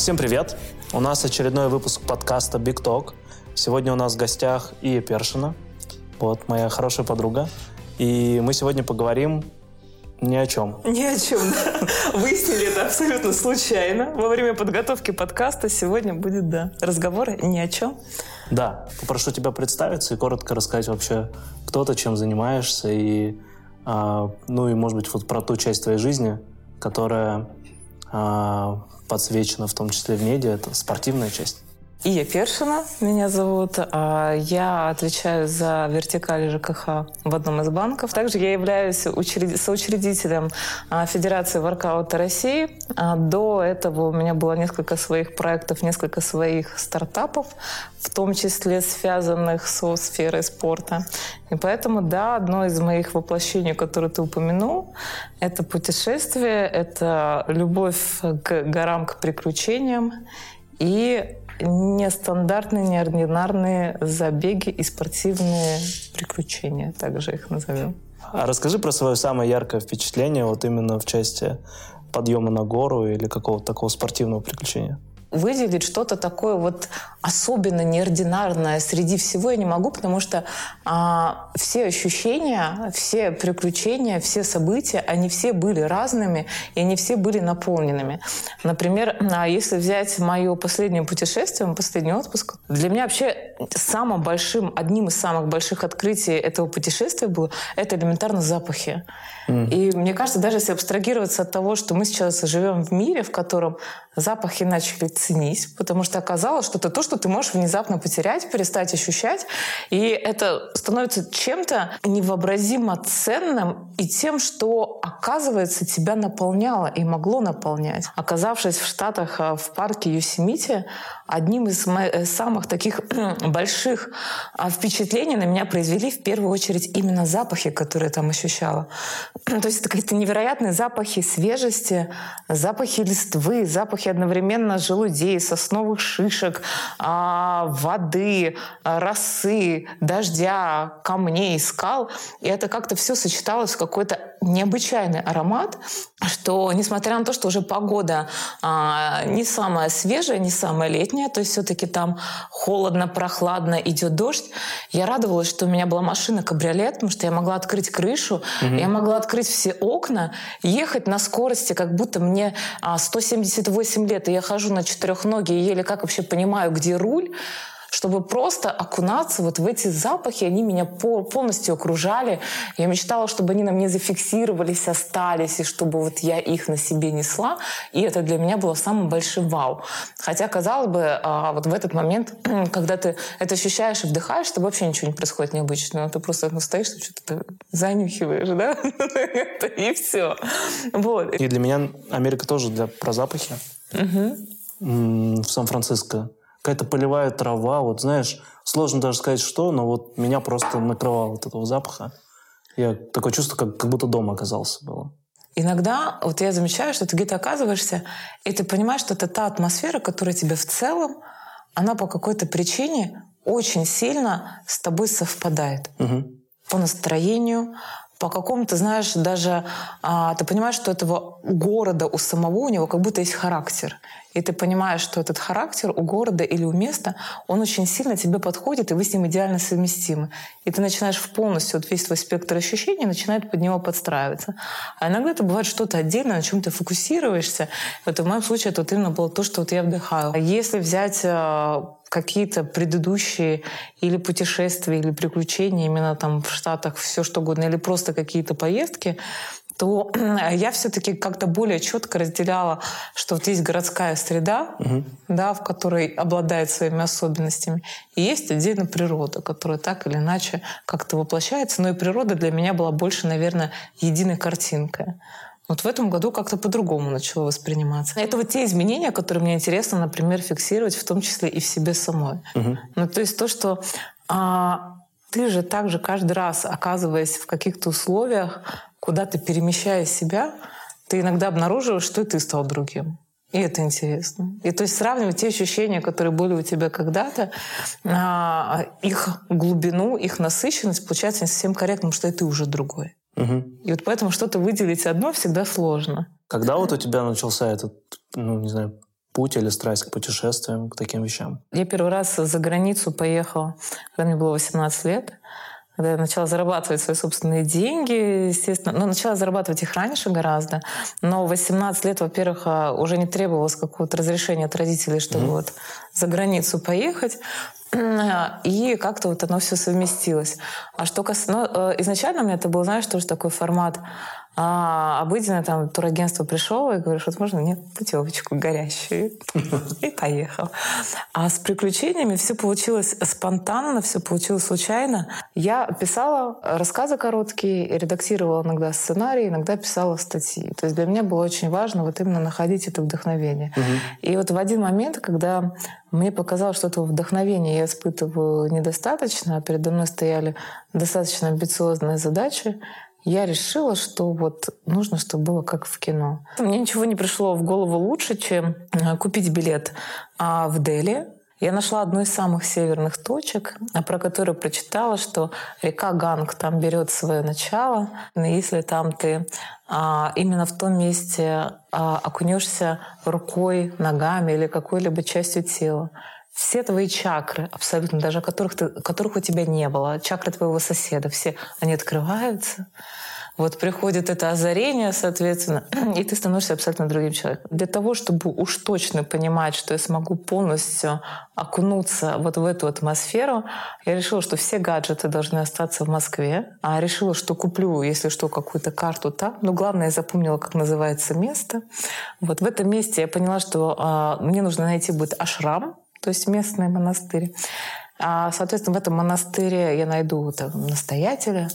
Всем привет! У нас очередной выпуск подкаста Big Talk. Сегодня у нас в гостях Ия Першина, вот, моя хорошая подруга. И мы сегодня поговорим ни о чем. Ни о чем, да. Выяснили это абсолютно случайно. Во время подготовки подкаста сегодня будет, разговор ни о чем. Да, попрошу тебя представиться и коротко рассказать вообще, кто ты, чем занимаешься, и, может быть, вот про ту часть твоей жизни, которая подсвечена в том числе в медиа, это спортивная часть. Ия Першина меня зовут. Я отвечаю за вертикаль ЖКХ в одном из банков. Также я являюсь соучредителем Федерации воркаута России. До этого у меня было несколько своих проектов, несколько своих стартапов, в том числе связанных со сферой спорта. И поэтому, одно из моих воплощений, которое ты упомянул, это путешествие, это любовь к горам, к приключениям и нестандартные, неординарные забеги и спортивные приключения, также их назовем. А расскажи про свое самое яркое впечатление вот именно в части подъема на гору или какого-то такого спортивного приключения. Выделить что-то такое вот особенно неординарное среди всего я не могу, потому что все ощущения, все приключения, все события, они все были разными, и они все были наполненными. Например, если взять мое последнее путешествие, последний отпуск, для меня вообще одним из самых больших открытий этого путешествия было это элементарно запахи. И мне кажется, даже если абстрагироваться от того, что мы сейчас живем в мире, в котором запахи начали ценить, потому что оказалось, что это то, что ты можешь внезапно потерять, перестать ощущать, и это становится чем-то невообразимо ценным и тем, что, оказывается, тебя наполняло и могло наполнять. Оказавшись в Штатах в парке Йосемити, одним из самых таких больших впечатлений на меня произвели в первую очередь именно запахи, которые я там ощущала. То есть это какие-то невероятные запахи свежести, запахи листвы, запахи одновременно желудей, сосновых шишек, воды, росы, дождя, камней, скал. И это как-то все сочеталось в какой-то необычайный аромат, что, несмотря на то, что уже погода не самая свежая, не самая летняя, то есть все-таки там холодно, прохладно, идет дождь, я радовалась, что у меня была машина-кабриолет, потому что я могла открыть крышу, я могла открыть все окна, ехать на скорости, как будто мне 178 лет, и я хожу на четырехноге и еле как вообще понимаю, где руль, чтобы просто окунаться вот в эти запахи. Они меня полностью окружали. Я мечтала, чтобы они на мне зафиксировались, остались, и чтобы вот я их на себе несла. И это для меня было самым большим вау. Хотя, казалось бы, вот в этот момент, когда ты это ощущаешь и вдыхаешь, с тобой вообще ничего не происходит необычного. Ты просто стоишь, что-то занюхиваешь, да? И все. Вот. И для меня Америка тоже про запахи. В Сан-Франциско. Какая-то полевая трава, вот знаешь, сложно даже сказать, что, но вот меня просто накрывало от этого запаха. Я такое чувство, как будто дома оказался было. Иногда вот я замечаю, что ты где-то оказываешься, и ты понимаешь, что это та атмосфера, которая тебе в целом, она по какой-то причине очень сильно с тобой совпадает. По настроению, по какому-то, знаешь, даже ты понимаешь, что этого города у самого, у него как будто есть характер. И ты понимаешь, что этот характер у города или у места, он очень сильно тебе подходит, и вы с ним идеально совместимы. И ты начинаешь полностью, вот весь твой спектр ощущений начинает под него подстраиваться. А иногда это бывает что-то отдельное, на чем ты фокусируешься. Вот в моем случае это вот именно было то, что вот я вдыхала. Если взять какие-то предыдущие или путешествия, или приключения именно там в Штатах, все что угодно, или просто какие-то поездки, то я все-таки как-то более четко разделяла, что вот есть городская среда, в которой обладает своими особенностями, и есть отдельно природа, которая так или иначе как-то воплощается. Но и природа для меня была больше, наверное, единой картинкой. Вот в этом году как-то по-другому начало восприниматься. Это вот те изменения, которые мне интересно, например, фиксировать, в том числе и в себе самой. Ну, то есть то, что ты же также каждый раз, оказываясь в каких-то условиях, куда ты перемещая себя, ты иногда обнаруживаешь, что и ты стал другим. И это интересно. И то есть сравнивать те ощущения, которые были у тебя когда-то, их глубину, их насыщенность получается не совсем корректно, потому что и ты уже другой. И вот поэтому что-то выделить одно всегда сложно. Когда вот у тебя начался этот, путь или страсть к путешествиям, к таким вещам? Я первый раз за границу поехала, когда мне было 18 лет. Когда я начала зарабатывать свои собственные деньги, естественно. Но начала зарабатывать их раньше гораздо. Но в 18 лет, во-первых, уже не требовалось какого-то разрешения от родителей, чтобы вот за границу поехать. И как-то вот оно все совместилось. А что касается... изначально у меня это был, знаешь, тоже такой формат обыденный. Там турагентство пришло и говоришь, вот можно мне путевочку горящую? И поехал. А с приключениями все получилось спонтанно, все получилось случайно. Я писала рассказы короткие, редактировала иногда сценарии, иногда писала статьи. То есть для меня было очень важно вот именно находить это вдохновение. И вот в один момент, когда мне показалось, что этого вдохновения я испытываю недостаточно, а передо мной стояли достаточно амбициозные задачи, я решила, что вот нужно, чтобы было как в кино. Мне ничего не пришло в голову лучше, чем купить билет в Дели. Я нашла одну из самых северных точек, про которую прочитала, что река Ганг там берет свое начало. Но если там ты именно в том месте окунешься рукой, ногами или какой-либо частью тела, все твои чакры, абсолютно, даже которых у тебя не было, чакры твоего соседа, все они открываются. Вот приходит это озарение, соответственно, и ты становишься абсолютно другим человеком. Для того, чтобы уж точно понимать, что я смогу полностью окунуться вот в эту атмосферу, я решила, что все гаджеты должны остаться в Москве. А решила, что куплю, если что, какую-то карту там. Но главное, я запомнила, как называется место. Вот в этом месте я поняла, что мне нужно найти будет ашрам, то есть местный монастырь. Соответственно, в этом монастыре я найду там настоятеля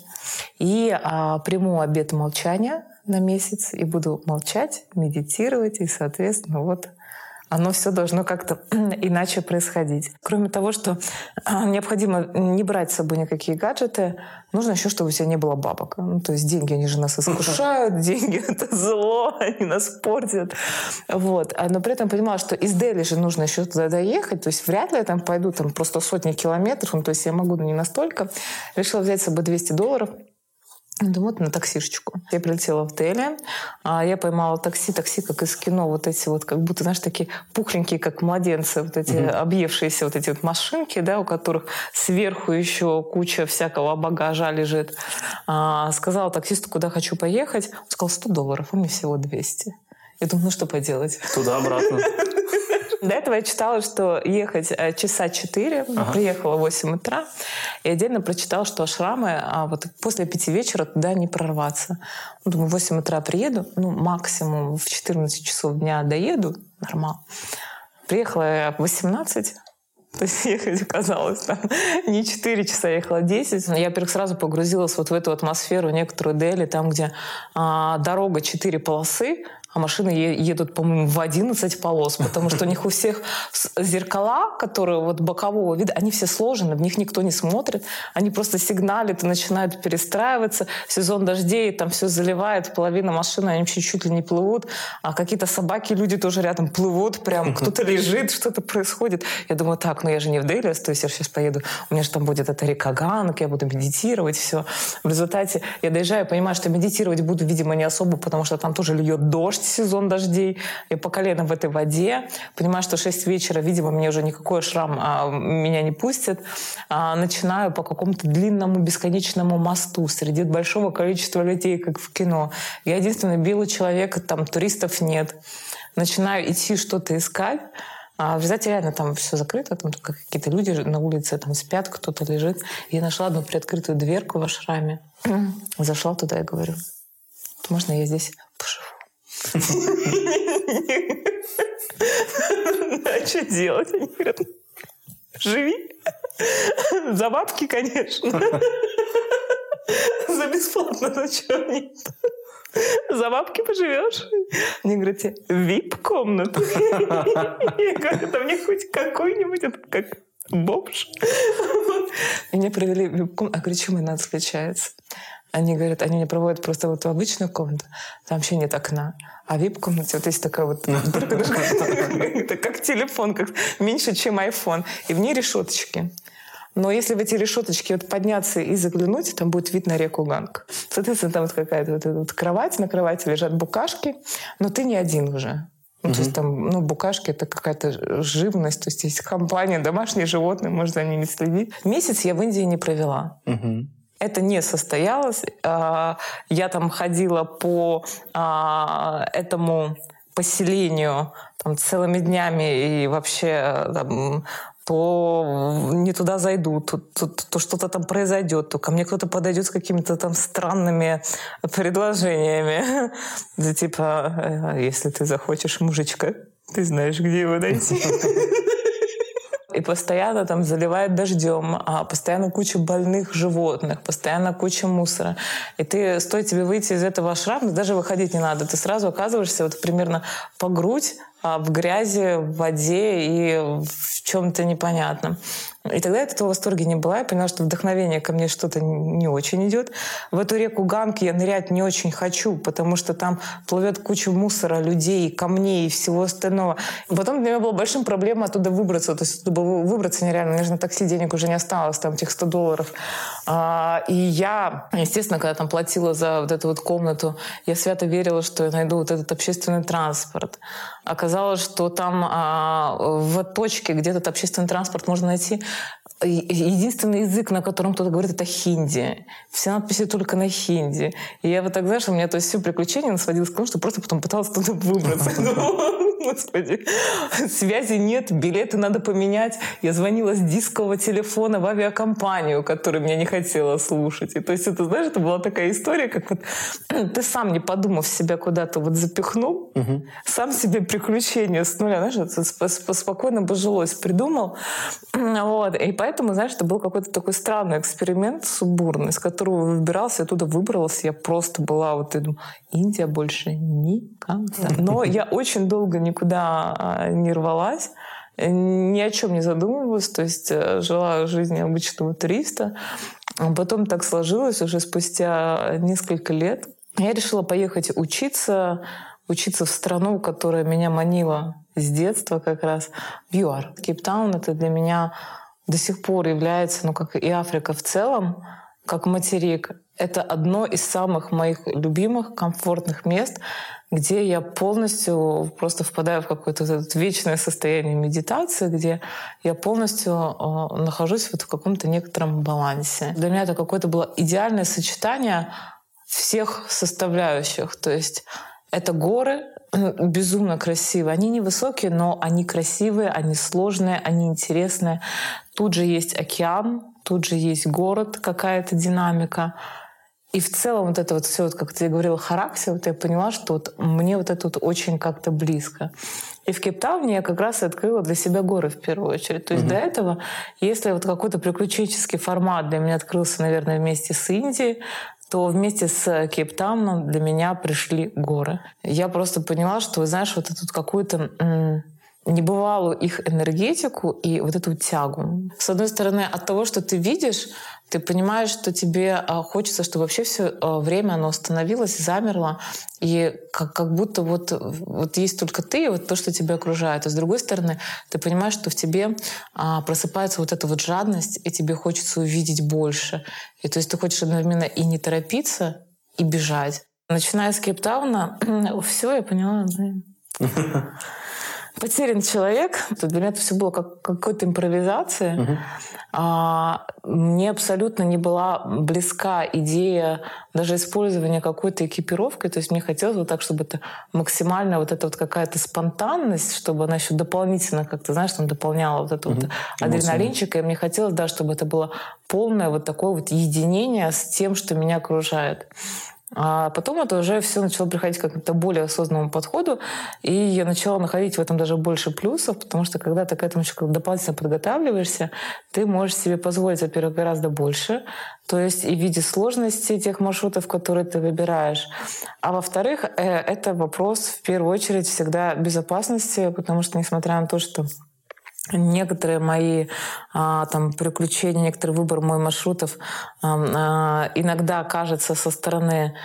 и приму обет молчания на месяц и буду молчать, медитировать, и, соответственно, вот оно все должно как-то иначе происходить. Кроме того, что необходимо не брать с собой никакие гаджеты, нужно еще, чтобы у тебя не было бабок. Ну, то есть деньги, они же нас искушают, деньги — это зло, они нас портят. Вот. Но при этом понимала, что из Дели же нужно еще туда доехать, то есть вряд ли я там пойду там просто сотни километров, ну, то есть я могу, но не настолько. Решила взять с собой $200. Думаю, вот на таксишечку. Я прилетела в Дели, я поймала такси как из кино, вот эти вот, как будто, знаешь, такие пухленькие, как младенцы, вот эти объевшиеся вот эти вот машинки, да, у которых сверху еще куча всякого багажа лежит. Сказала таксисту, куда хочу поехать. Он сказал $100, а мне всего 200. Я думаю, ну что поделать? Туда-обратно. До этого я читала, что ехать часа 4, приехала в 8 утра, и отдельно прочитала, что ашрамы вот после 5 вечера туда не прорваться. Думаю, в 8 утра приеду, ну, максимум в 14 часов дня доеду, нормально. Приехала я в 18, то есть ехать оказалось там не 4 часа, я ехала 10. Я, во-первых, сразу погрузилась вот в эту атмосферу некоторую Дели, там, где дорога 4 полосы, а машины едут, по-моему, в 11 полос, потому что у них у всех зеркала, которые вот бокового вида, они все сложены, в них никто не смотрит, они просто сигналят и начинают перестраиваться. Сезон дождей, там все заливает, половина машин, они чуть-чуть ли не плывут, а какие-то собаки, люди тоже рядом плывут, прям кто-то лежит, что-то происходит. Я думаю, так, ну я же не в Дели, то есть я сейчас поеду, у меня же там будет эта река Ганг, я буду медитировать, все. В результате я доезжаю, понимаю, что медитировать буду, видимо, не особо, потому что там тоже льет дождь, сезон дождей, я по колено в этой воде, понимаю, что 6 вечера, видимо, мне уже никакой шрам меня не пустит, начинаю по какому-то длинному бесконечному мосту среди большого количества людей, как в кино. Я единственный белый человек, там туристов нет. Начинаю идти что-то искать, в результате реально там все закрыто, там только какие-то люди на улице там спят, кто-то лежит. Я нашла одну приоткрытую дверку в ашраме, зашла туда и говорю, можно я здесь поживу? А что делать? Они говорят, живи. За бабки, конечно. За бесплатно, ну что нет. За бабки поживешь? Они говорят, вип-комнату. Я говорю, да мне хоть какой-нибудь, это как бомж. Меня провели в вип-комнату. А говорю, чем она отличается? Они говорят, они меня проводят просто вот в обычную комнату, там вообще нет окна. А в вип-комнате вот есть такая вот дырка, это как телефон, как меньше, чем iPhone. И в ней решеточки. Но если в эти решеточки вот подняться и заглянуть, там будет вид на реку Ганг. Соответственно, там вот какая-то вот кровать, на кровати лежат букашки, но ты не один уже. То есть там, букашки — это какая-то живность, то есть есть компания, домашние животные, можно за ними следить. Месяц я в Индии не провела. Это не состоялось. Я там ходила по этому поселению там, целыми днями и вообще там, то не туда зайду, то что-то там произойдет, то ко мне кто-то подойдет с какими-то там странными предложениями. Да типа, если ты захочешь мужичка, ты знаешь, где его найти. И постоянно там заливает дождем, постоянно куча больных животных, постоянно куча мусора. И стоит тебе выйти из этого ашрама, даже выходить не надо. Ты сразу оказываешься вот примерно по грудь в грязи, в воде и в чем-то непонятном. И тогда я от этого в восторге не была. Я поняла, что вдохновение ко мне что-то не очень идет. В эту реку Ганги я нырять не очень хочу, потому что там плывет куча мусора, людей, камней и всего остального. И потом для меня была большим проблемой оттуда выбраться. То есть оттуда выбраться нереально. Мне же на такси денег уже не осталось, там этих $100. И я, естественно, когда там платила за вот эту вот комнату, я свято верила, что я найду вот этот общественный транспорт. Оказалось, что там в точке, где этот общественный транспорт можно найти, единственный язык, на котором кто-то говорит, это хинди. Все надписи только на хинди. И я вот так, знаешь, у меня то есть все приключения сводилось к тому, что просто потом пыталась оттуда выбраться. Господи, связи нет, билеты надо поменять. Я звонила с дискового телефона в авиакомпанию, которая меня не хотела слушать. И то есть это, знаешь, это была такая история, как вот ты сам, не подумав, себя куда-то вот запихнул, сам себе приключения с нуля, знаешь, спокойно бы жилось, придумал. Вот. И поэтому, знаешь, это был какой-то такой странный эксперимент субурный, из которого выбирался, оттуда выбралась. Я просто была вот, я думаю, Индия больше никогда. Но я очень долго никуда не рвалась, ни о чем не задумывалась, то есть жила жизнью обычного туриста. Потом так сложилось уже спустя несколько лет. Я решила поехать учиться в страну, которая меня манила с детства как раз, в ЮАР. Кейптаун — это для меня до сих пор является, как и Африка в целом, как материк. Это одно из самых моих любимых, комфортных мест, где я полностью просто впадаю в какое-то вечное состояние медитации, где я полностью нахожусь вот в каком-то некотором балансе. Для меня это какое-то было идеальное сочетание всех составляющих. То есть это горы, безумно красивые. Они невысокие, но они красивые, они сложные, они интересные. Тут же есть океан, тут же есть город, какая-то динамика. И в целом вот это вот все, вот, как ты говорила, характер, вот я поняла, что вот мне вот это вот очень как-то близко. И в Кейптауне я как раз и открыла для себя горы в первую очередь. То есть до этого, если вот какой-то приключенческий формат для меня открылся, наверное, вместе с Индией, то вместе с Кейптауном для меня пришли горы. Я просто поняла, что, вы знаешь, вот эту какую-то небывалую их энергетику и вот эту тягу. С одной стороны, от того, что ты видишь, ты понимаешь, что тебе хочется, чтобы вообще все время оно остановилось, замерло, и как будто вот есть только ты и вот то, что тебя окружает. А с другой стороны, ты понимаешь, что в тебе просыпается вот эта вот жадность, и тебе хочется увидеть больше. И то есть ты хочешь одновременно и не торопиться, и бежать. Начиная с Кейптауна, все, я поняла. Потерян человек. Для меня это все было как какой-то импровизация. Мне абсолютно не была близка идея даже использования какой-то экипировки. То есть мне хотелось вот так, чтобы это максимально вот эта вот какая-то спонтанность, чтобы она еще дополнительно как-то, знаешь, там дополняла вот это вот адреналинчик. И мне хотелось, да, чтобы это было полное вот такое вот единение с тем, что меня окружает. А потом это уже все начало приходить к какому-то более осознанному подходу, и я начала находить в этом даже больше плюсов, потому что когда ты к этому еще дополнительно подготавливаешься, ты можешь себе позволить, во-первых, гораздо больше, то есть и в виде сложности тех маршрутов, которые ты выбираешь. А во-вторых, это вопрос в первую очередь всегда безопасности, потому что несмотря на то, что некоторые мои приключения, некоторый выбор моих маршрутов иногда кажется со стороны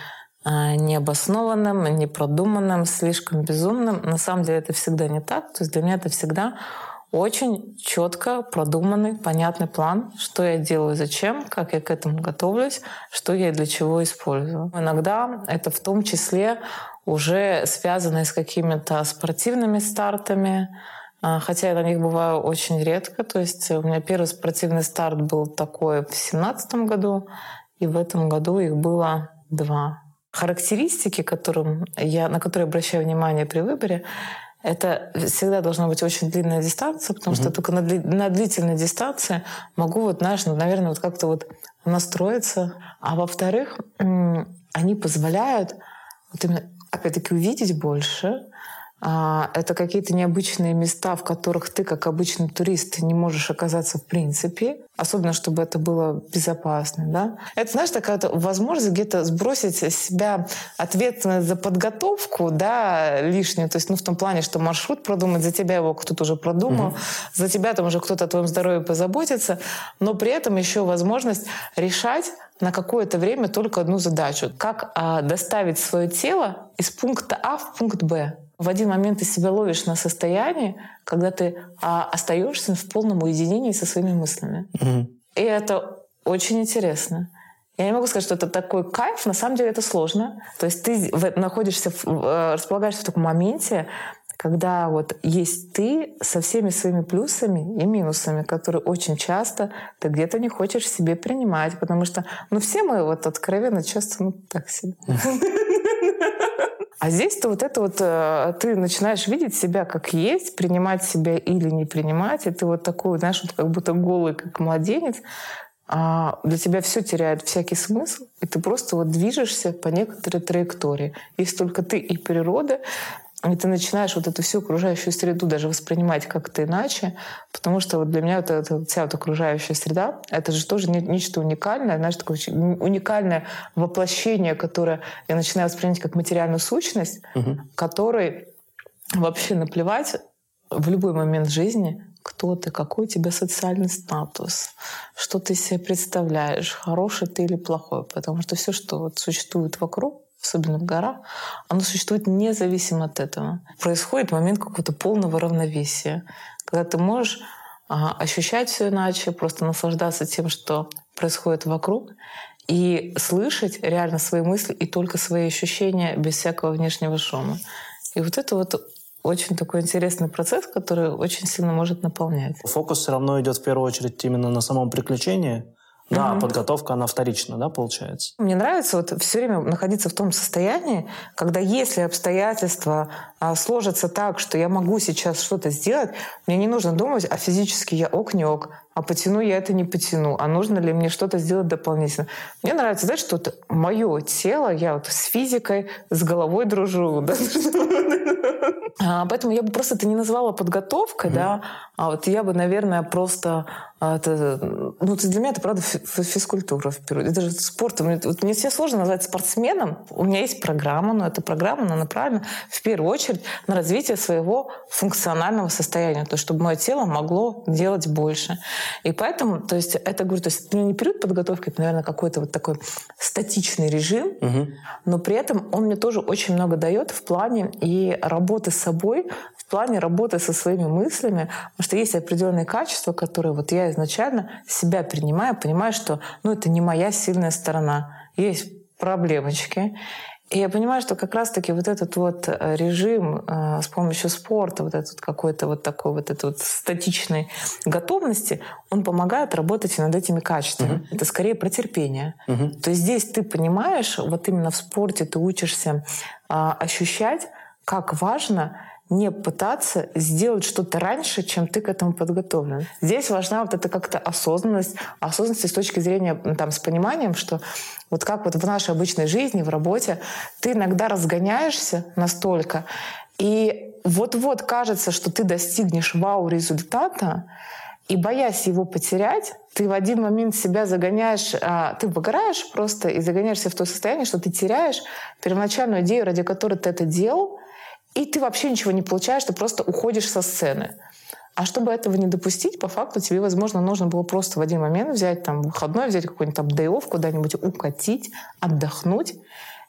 необоснованным, непродуманным, слишком безумным. На самом деле это всегда не так. То есть для меня это всегда очень четко продуманный, понятный план, что я делаю, зачем, как я к этому готовлюсь, что я и для чего использую. Иногда это в том числе уже связано с какими-то спортивными стартами, хотя я на них бываю очень редко. То есть у меня первый спортивный старт был такой в 2017 году, и в этом году их было 2. Характеристики, на которые обращаю внимание при выборе, это всегда должна быть очень длинная дистанция, потому что только на длительной дистанции могу, наверное, как-то настроиться. А во-вторых, они позволяют именно, опять-таки, увидеть больше. Это какие-то необычные места, в которых ты, как обычный турист, не можешь оказаться в принципе. Особенно, чтобы это было безопасно. Да? Это, знаешь, такая возможность где-то сбросить с себя ответственность за подготовку, да, лишнюю. То есть, в том плане, что маршрут продумать, за тебя его кто-то уже продумал, за тебя там уже кто-то о твоем здоровье позаботится, но при этом еще возможность решать на какое-то время только одну задачу. Как доставить свое тело из пункта А в пункт Б. В один момент ты себя ловишь на состоянии, когда ты остаешься в полном уединении со своими мыслями. И это очень интересно. Я не могу сказать, что это такой кайф. На самом деле это сложно. То есть ты располагаешься в таком моменте, когда есть ты со всеми своими плюсами и минусами, которые очень часто ты где-то не хочешь себе принимать. Потому что все мы откровенно часто так себе. А здесь-то ты начинаешь видеть себя как есть, принимать себя или не принимать, и ты такой, знаешь, как будто голый, как младенец, а для тебя все теряет всякий смысл, и ты просто движешься по некоторой траектории. Есть только ты и природа, и ты начинаешь эту всю окружающую среду даже воспринимать как-то иначе, потому что для меня вся окружающая среда — это же тоже нечто уникальное, знаешь, такое уникальное воплощение, которое я начинаю воспринимать как материальную сущность, которой вообще наплевать в любой момент жизни, кто ты, какой у тебя социальный статус, что ты себе представляешь, хороший ты или плохой, потому что все, что существует вокруг, особенно в горах, оно существует независимо от этого. Происходит момент какого-то полного равновесия, когда ты можешь ощущать все иначе, просто наслаждаться тем, что происходит вокруг, и слышать реально свои мысли и только свои ощущения без всякого внешнего шума. И это очень такой интересный процесс, который очень сильно может наполнять. Фокус все равно идет в первую очередь именно на самом приключении. Да, подготовка, она вторична, да, получается? Мне нравится все время находиться в том состоянии, когда если обстоятельства сложатся так, что я могу сейчас что-то сделать, мне не нужно думать, а физически я ок, не ок, а потяну я это не потяну, а нужно ли мне что-то сделать дополнительно. Мне нравится, знаешь, что мое тело, я с физикой, с головой дружу. Да? Поэтому я бы просто это не назвала подготовкой, да, а я бы, наверное, просто... для меня это, правда, физкультура в первую. Это же спорт. Мне все сложно назвать спортсменом. У меня есть программа, но эта программа она направлена в первую очередь на развитие своего функционального состояния, то есть чтобы мое тело могло делать больше. И поэтому, то есть это, говорю, то есть это не период подготовки, это, наверное, какой-то такой статичный режим, но при этом он мне тоже очень много дает в плане и работы с собой, в плане работы со своими мыслями, потому что есть определенные качества, которые я изначально себя принимаю, понимаю, что это не моя сильная сторона. Есть проблемочки. И я понимаю, что как раз-таки этот режим с помощью спорта, этот какой-то такой статичной готовности, он помогает работать над этими качествами. Это скорее про терпение. То есть здесь ты понимаешь, именно в спорте ты учишься ощущать, как важно не пытаться сделать что-то раньше, чем ты к этому подготовлен. Здесь важна эта как-то осознанность с точки зрения с пониманием, что как в нашей обычной жизни, в работе, ты иногда разгоняешься настолько, и вот кажется, что ты достигнешь вау-результата, и боясь его потерять, ты в один момент себя загоняешь, ты выгораешь просто и загоняешься в то состояние, что ты теряешь первоначальную идею, ради которой ты это делал, и ты вообще ничего не получаешь, ты просто уходишь со сцены. А чтобы этого не допустить, по факту тебе, возможно, нужно было просто в один момент взять выходной, взять какой-нибудь day-off, куда-нибудь укатить, отдохнуть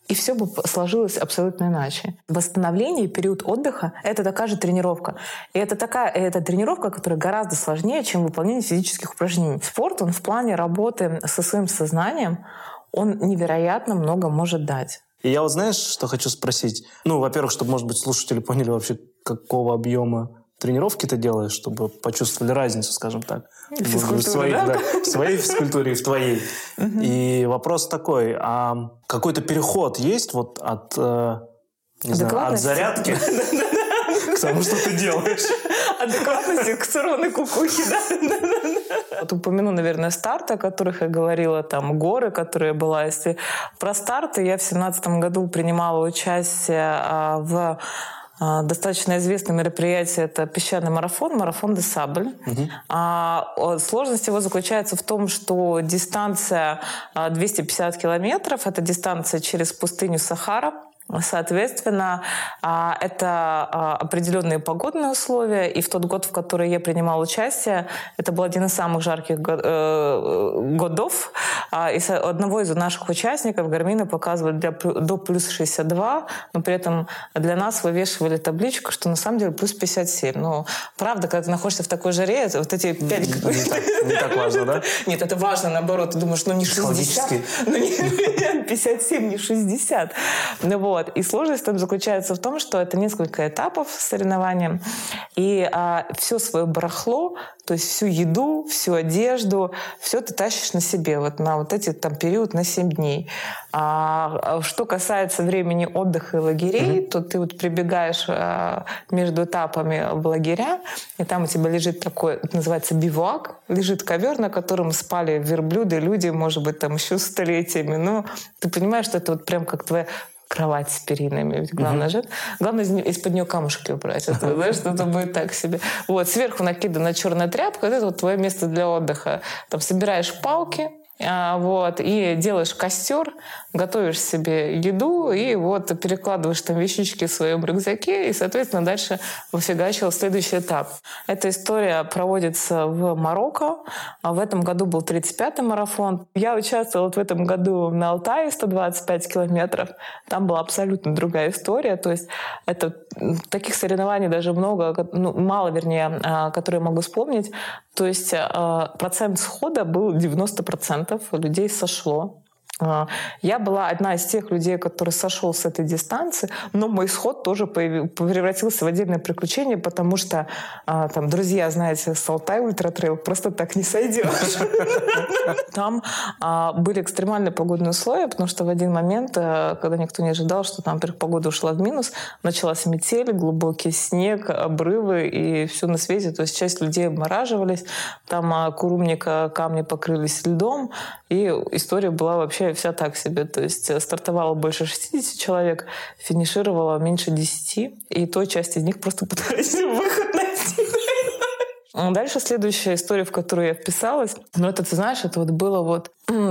и все бы сложилось абсолютно иначе. Восстановление и период отдыха — это такая же тренировка. И это тренировка, которая гораздо сложнее, чем выполнение физических упражнений. Спорт, он в плане работы со своим сознанием, он невероятно много может дать. И я вот знаешь, что хочу спросить? Во-первых, чтобы, может быть, слушатели поняли вообще, какого объема тренировки ты делаешь, чтобы почувствовали разницу, скажем так. В своей физкультуре и в твоей. И вопрос такой, а какой-то переход есть вот от зарядки к тому, что ты делаешь? Адекватности к сорванной кукухе, да? Вот упомяну, наверное, старты, о которых я говорила, там, горы, которые была. Если про старты, я в 2017 году принимала участие в достаточно известное мероприятие — это песчаный марафон де Сабль. Сложность его заключается в том, что дистанция 250 километров — это дистанция через пустыню Сахара. Соответственно, это определенные погодные условия. И в тот год, в который я принимала участие, это был один из самых жарких годов. И одного из наших участников Гармины показывали до плюс 62, но при этом для нас вывешивали табличку, что на самом деле плюс 57. Но правда, когда ты находишься в такой жаре, вот эти 5... Не так важно, да? Нет, это важно, наоборот. Ты думаешь, не 60, 57, не 60. И сложность там заключается в том, что это несколько этапов соревнования. И все свое барахло, то есть всю еду, всю одежду, все ты тащишь на себе на вот эти период на 7 дней. Что касается времени отдыха и лагерей, то ты прибегаешь между этапами в лагеря, и там у тебя лежит такой, это называется бивуак, лежит ковер, на котором спали верблюды, люди, может быть, там еще столетиями. Но ты понимаешь, что это прям как твоя кровать с перинами. Ведь главное из-под нее камушки убрать. Это, знаешь, что-то будет так себе. Сверху накидана черная тряпка, это твое место для отдыха. Там собираешь палки, и делаешь костер, готовишь себе еду и перекладываешь там вещички в своем рюкзаке и, соответственно, дальше выфигачил следующий этап. Эта история проводится в Марокко. В этом году был 35-й марафон. Я участвовала в этом году на Алтае, 125 километров. Там была абсолютно другая история. То есть таких соревнований даже мало, которые я могу вспомнить. То есть процент схода был 90%. Людей сошло. Я была одна из тех людей, который сошел с этой дистанции, но мой исход тоже превратился в отдельное приключение, потому что там, друзья, знаете, с Алтай ультратрейл просто так не сойдешь. Там были экстремальные погодные условия, потому что в один момент, когда никто не ожидал, что там, во-первых, погода ушла в минус, началась метель, глубокий снег, обрывы и все на свете. То есть часть людей обмораживались, там курумника камни покрылись льдом, и история была вообще вся так себе. То есть стартовало больше 60 человек, финишировало меньше 10, и той часть из них просто пытались выход найти. Дальше следующая история, в которую я вписалась, это, ты знаешь, это было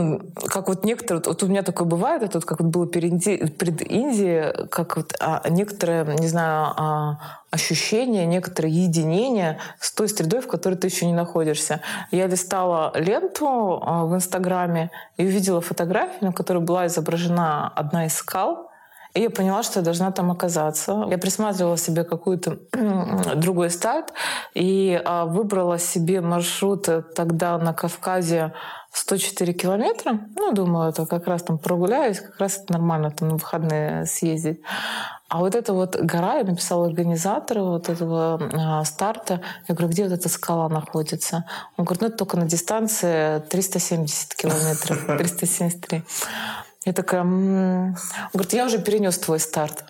как некоторые, у меня такое бывает, это как было перед Индией, как некоторые, не знаю, ощущение, некоторое единение с той средой, в которой ты еще не находишься. Я листала ленту в Инстаграме и увидела фотографию, на которой была изображена одна из скал, и я поняла, что я должна там оказаться. Я присматривала себе какой-то другой старт и выбрала себе маршрут тогда на Кавказе 104 километра. Думаю, это как раз там прогуляюсь, как раз это нормально там на выходные съездить. А эта гора, я написала организатору этого старта, я говорю, где эта скала находится? Он говорит, это только на дистанции 370 километров, 373. Я такая, он говорит, я уже перенес твой старт.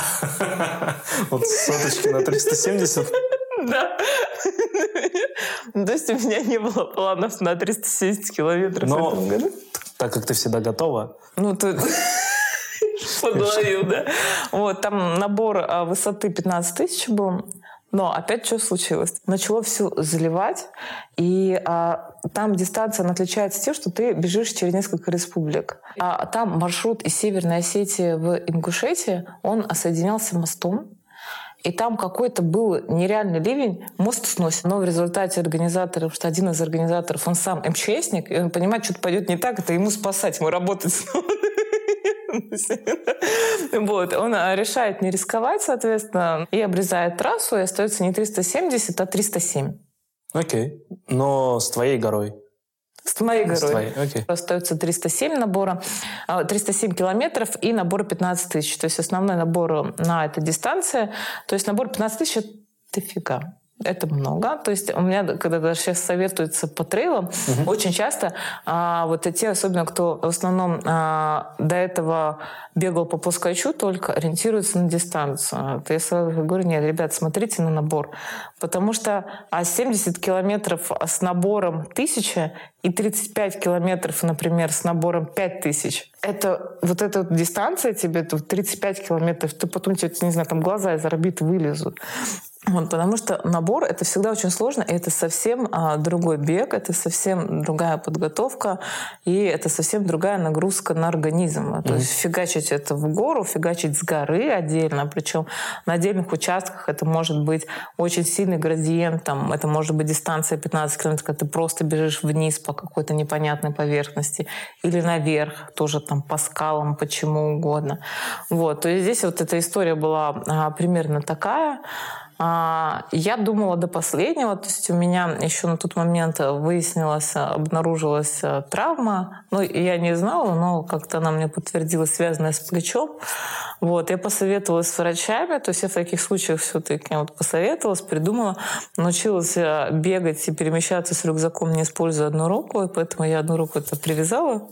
Соточки на 370? Да. То есть у меня не было планов на 370 километров в этом году. Так как ты всегда готова. Ты подловил, да? Там набор высоты 15 тысяч был. Но опять что случилось? Начало все заливать, и там дистанция она отличается тем, что ты бежишь через несколько республик. А там маршрут из Северной Осетии в Ингушетию, он соединялся мостом, и там какой-то был нереальный ливень, мост сносит. Но в результате организаторов, что один из организаторов, он сам МЧСник, и он понимает, что-то пойдет не так, это ему спасать, ему работать снова. Вот. Он решает не рисковать, соответственно, и обрезает трассу, и остается не 370, а 307. Окей. Но с твоей горой? С моей горой. С твоей, окей. Остается 307 набора, 307 километров и набор 15 тысяч. То есть основной набор на этой дистанции. То есть набор 15 тысяч — это дофига. Это много. То есть у меня, когда даже сейчас советуются по трейлам, очень часто вот те, особенно кто в основном до этого бегал по плоскочу, только ориентируются на дистанцию. То я сразу говорю, нет, ребят, смотрите на набор. Потому что 70 километров с набором 1000 и 35 километров, например, с набором 5000. Это вот эта вот дистанция тебе, 35 километров, ты потом тебе, не знаю, там глаза из орбит вылезут. Вот, потому что набор — это всегда очень сложно, и это совсем другой бег, это совсем другая подготовка, и это совсем другая нагрузка на организм. То есть фигачить это в гору, фигачить с горы отдельно, причем на отдельных участках это может быть очень сильный градиент, там, это может быть дистанция 15 километров, когда ты просто бежишь вниз по какой-то непонятной поверхности, или наверх, тоже там по скалам, по чему угодно. Вот. То есть здесь вот эта история была примерно такая. Я думала до последнего, то есть у меня еще на тот момент обнаружилась травма. Ну, я не знала, но как-то она мне подтвердилась, связанная с плечом. Вот, я посоветовалась с врачами, то есть я в таких случаях все-таки вот посоветовалась, придумала, научилась бегать и перемещаться с рюкзаком, не используя одну руку, и поэтому я одну руку это привязала.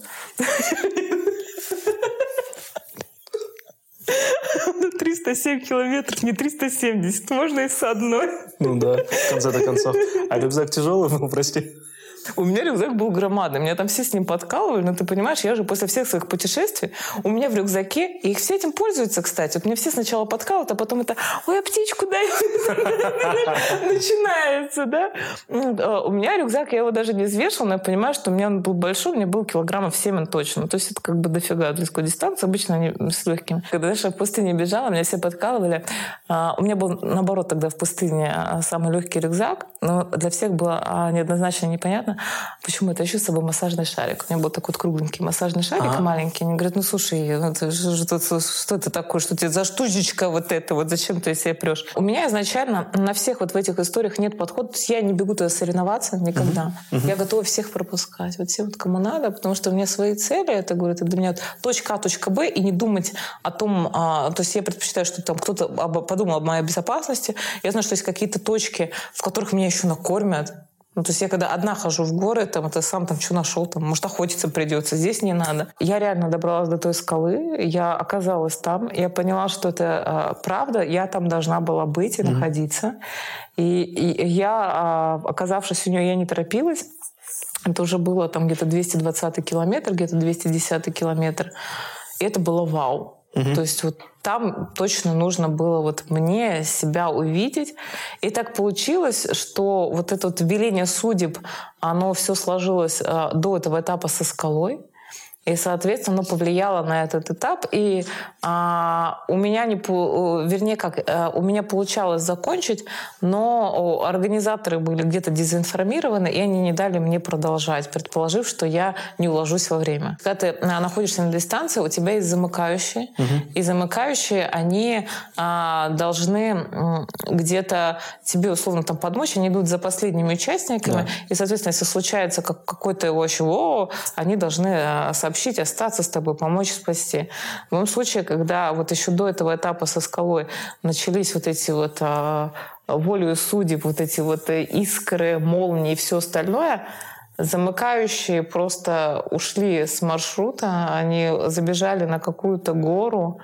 307 километров, не 370, можно и с одной. Ну да, в конце-то концов. А рюкзак тяжелый был, прости? У меня рюкзак был громадный, меня там все с ним подкалывали, но ты понимаешь, я же после всех своих путешествий, у меня в рюкзаке, и их все этим пользуются, кстати. Вот мне все сначала подкалывают, а потом это «Ой, аптечку дай!» начинается, да? У меня рюкзак, я его даже не взвешивала, но я понимаю, что у меня он был большой, у меня был килограммов 7 точно. То есть это как бы дофига для такой дистанции, обычно они с легкими. Когда я в пустыне бежала, меня все подкалывали. У меня был, наоборот, тогда в пустыне самый легкий рюкзак, но для всех было неоднозначно непонятно, почему я тащу с собой массажный шарик. У меня был такой вот кругленький массажный шарик маленький. Они говорят, ну слушай, что это такое, что тебе за штучечка вот это, вот зачем ты себе прешь? У меня изначально на всех вот в этих историях нет подхода. То есть я не бегу туда соревноваться никогда. Я готова всех пропускать. Вот всем, кому надо, потому что у меня свои цели. Это, говорю, это для меня точка А, точка Б, и не думать о том... то есть я предпочитаю, что там кто-то подумал об моей безопасности. Я знаю, что есть какие-то точки, в которых меня еще накормят. Ну, то есть я когда одна хожу в горы, там, это сам там что нашел, там, может, охотиться придется, здесь не надо. Я реально добралась до той скалы, я оказалась там, я поняла, что это правда, я там должна была быть и находиться. И я, оказавшись у нее, я не торопилась. Это уже было там где-то 220-й километр, где-то 210-й километр. И это было вау. То есть вот там точно нужно было вот мне себя увидеть. И так получилось, что вот это вот веление судеб, оно все сложилось до этого этапа со скалой. И, соответственно, оно повлияло на этот этап. И у меня у меня получалось закончить, но организаторы были где-то дезинформированы, и они не дали мне продолжать, предположив, что я не уложусь во время. Когда ты находишься на дистанции, у тебя есть замыкающие. И замыкающие, они должны где-то тебе условно там помочь. Они идут за последними участниками. Да. И, соответственно, если случается какой-то вообще, они должны сообщить, остаться с тобой, помочь спасти. В моем случае, когда вот еще до этого этапа со скалой начались вот эти вот волею судеб, вот эти вот искры, молнии и все остальное, замыкающие просто ушли с маршрута, они забежали на какую-то гору,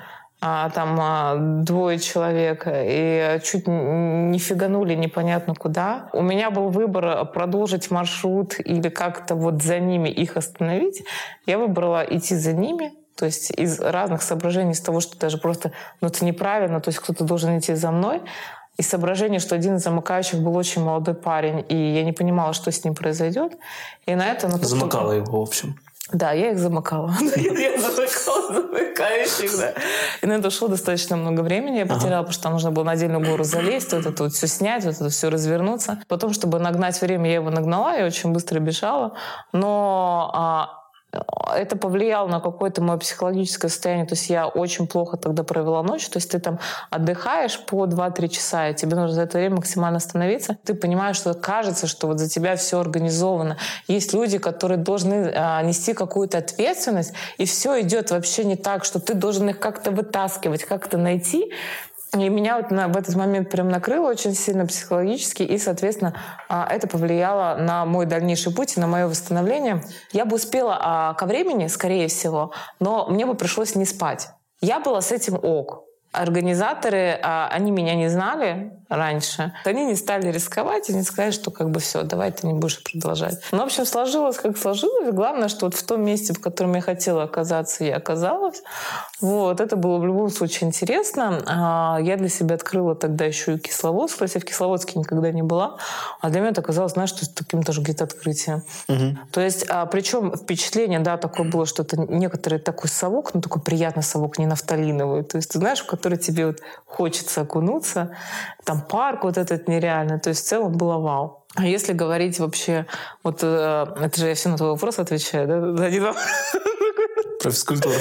там 2 человек, и чуть не фиганули непонятно куда. У меня был выбор продолжить маршрут или как-то вот за ними их остановить. Я выбрала идти за ними, то есть из разных соображений, из того, что даже просто это неправильно, то есть кто-то должен идти за мной. Из соображения, что один из замыкающих был очень молодой парень, и я не понимала, что с ним произойдет. И на это... Замыкала его, в общем. Да, я их замыкала. Я замыкала замыкающих, да. И на это ушло достаточно много времени. Я потеряла, потому что там нужно было на отдельную гору залезть, вот это вот все снять, вот это все развернуться. Потом, чтобы нагнать время, я его нагнала, я очень быстро бежала. Но это повлияло на какое-то мое психологическое состояние. То есть я очень плохо тогда провела ночь. То есть ты там отдыхаешь по 2-3 часа, и тебе нужно за это время максимально остановиться. Ты понимаешь, что кажется, что вот за тебя все организовано. Есть люди, которые должны нести какую-то ответственность, и все идет вообще не так, что ты должен их как-то вытаскивать, как-то найти. И меня вот в этот момент прям накрыло очень сильно психологически, и, соответственно, это повлияло на мой дальнейший путь и на мое восстановление. Я бы успела ко времени, скорее всего, но мне бы пришлось не спать. Я была с этим ок. Организаторы, они меня не знали раньше. Они не стали рисковать и не сказали, что как бы все, давай ты не будешь продолжать. Ну, в общем, сложилось, как сложилось. Главное, что вот в том месте, в котором я хотела оказаться, я оказалась. Вот. Это было в любом случае интересно. Я для себя открыла тогда еще и Кисловодск. То есть я в Кисловодске никогда не была. А для меня это оказалось, знаешь, что таким тоже где-то открытием. Угу. То есть, причем впечатление, да, такое было, что это некоторый такой совок, но такой приятный совок, не нафталиновый. То есть, ты знаешь, в который тебе вот хочется окунуться. Там парк вот этот нереальный. То есть в целом было вау. А если говорить вообще... Вот это же я все на твой вопрос отвечаю, да? Про физкультуру.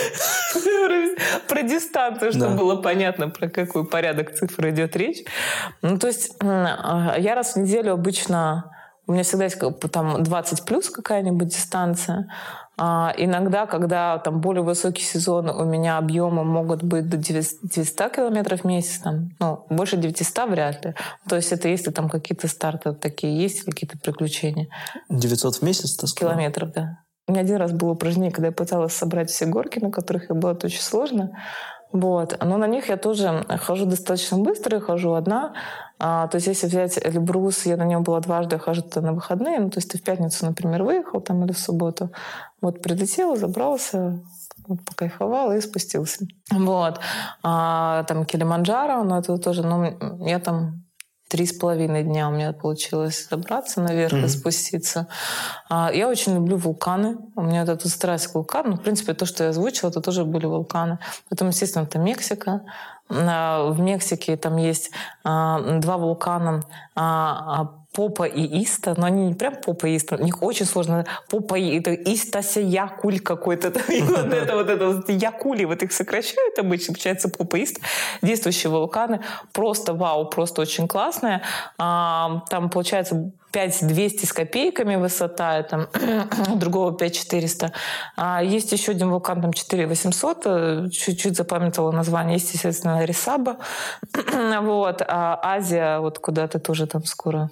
Про дистанцию, чтобы было понятно, про какой порядок цифр идет речь. Ну, то есть я раз в неделю обычно... У меня всегда есть там 20 плюс какая-нибудь дистанция. Иногда, когда там более высокий сезон, у меня объемы могут быть до 900 километров в месяц. Там, ну, больше 900 вряд ли. То есть это если там какие-то старты такие есть, какие-то приключения. 900 в месяц, ты сказала? Километров, да. У меня один раз было упражнение, когда я пыталась собрать все горки, на которых я была, это очень сложно. Вот. Но на них я тоже хожу достаточно быстро, я хожу одна. То есть если взять Эльбрус, я на нем была дважды, я хожу туда на выходные. Ну, то есть ты в пятницу, например, выехал там или в субботу. Вот прилетела, забрался, покайфовал и спустился. Вот. Там Килиманджаро, но это тоже... Ну, я там 3,5 дня у меня получилось забраться наверх и спуститься. Я очень люблю вулканы. У меня тут страсть к вулкану. В принципе, то, что я озвучила, это тоже были вулканы. Поэтому, естественно, это Мексика. В Мексике там есть 2 вулкана, Попа и Иста, но они не прям Попа и Иста, у них очень сложно. Попа и это Истася Якуль какой-то. И вот это Якули, вот их сокращают обычно, получается Попа и Иста. Действующие вулканы. Просто вау, просто очень классные. Там, получается, 5200 с копейками высота, там, другого 5400. Есть еще один вулкан, там 4800, чуть-чуть запамятовала название. Есть, естественно, Рисаба. Вот. Азия, вот куда ты тоже там скоро.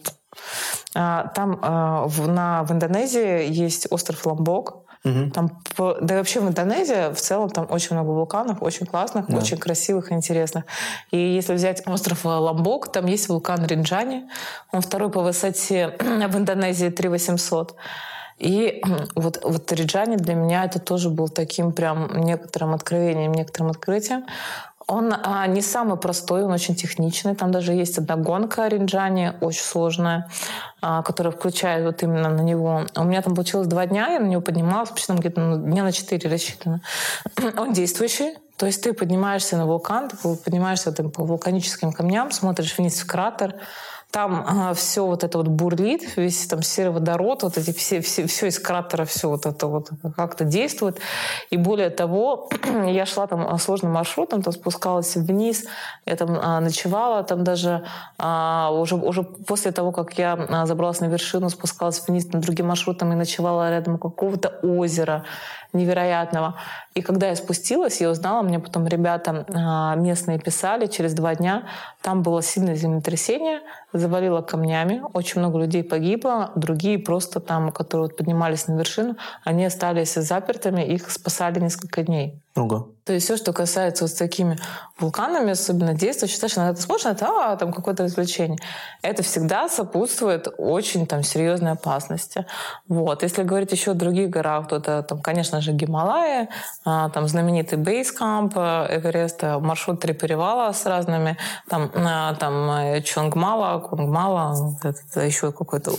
Там в Индонезии есть остров Ломбок. Там, да и вообще в Индонезии в целом там очень много вулканов, очень классных, очень красивых и интересных. И если взять остров Ломбок, там есть вулкан Ринджани. Он второй по высоте в Индонезии, 3800. И вот Ринджани для меня это тоже был таким прям некоторым откровением, некоторым открытием. Он не самый простой, он очень техничный. Там даже есть одна гонка Ринджани, очень сложная, которая включает вот именно на него. У меня там получилось 2 дня, я на него поднималась, вообще там где-то дня на 4 рассчитано. Он действующий. То есть ты поднимаешься на вулкан, ты поднимаешься там по вулканическим камням, смотришь вниз в кратер. Там все вот это вот бурлит, весь там сероводород, вот эти все из кратера, все вот это вот как-то действует. И более того, я шла там сложным маршрутом, там спускалась вниз, я там ночевала, там даже уже после того, как я забралась на вершину, спускалась вниз там другим маршрутом и ночевала рядом какого-то озера невероятного. И когда я спустилась, я узнала, мне потом ребята местные писали, через 2 дня там было сильное землетрясение, завалило камнями, очень много людей погибло, другие просто там, которые вот поднимались на вершину, они остались запертыми, их спасали несколько дней. Ого. То есть все, что касается вот с такими вулканами, особенно действующих, знаешь, иногда ты смотришь, это там какое-то развлечение. Это всегда сопутствует очень там серьезной опасности. Вот. Если говорить еще о других горах, то это, там, конечно же, Гималаи, там знаменитый бейскамп, Эверест, маршрут 3 перевала с разными, там Чонгмала, Кунгмала, это еще какой-то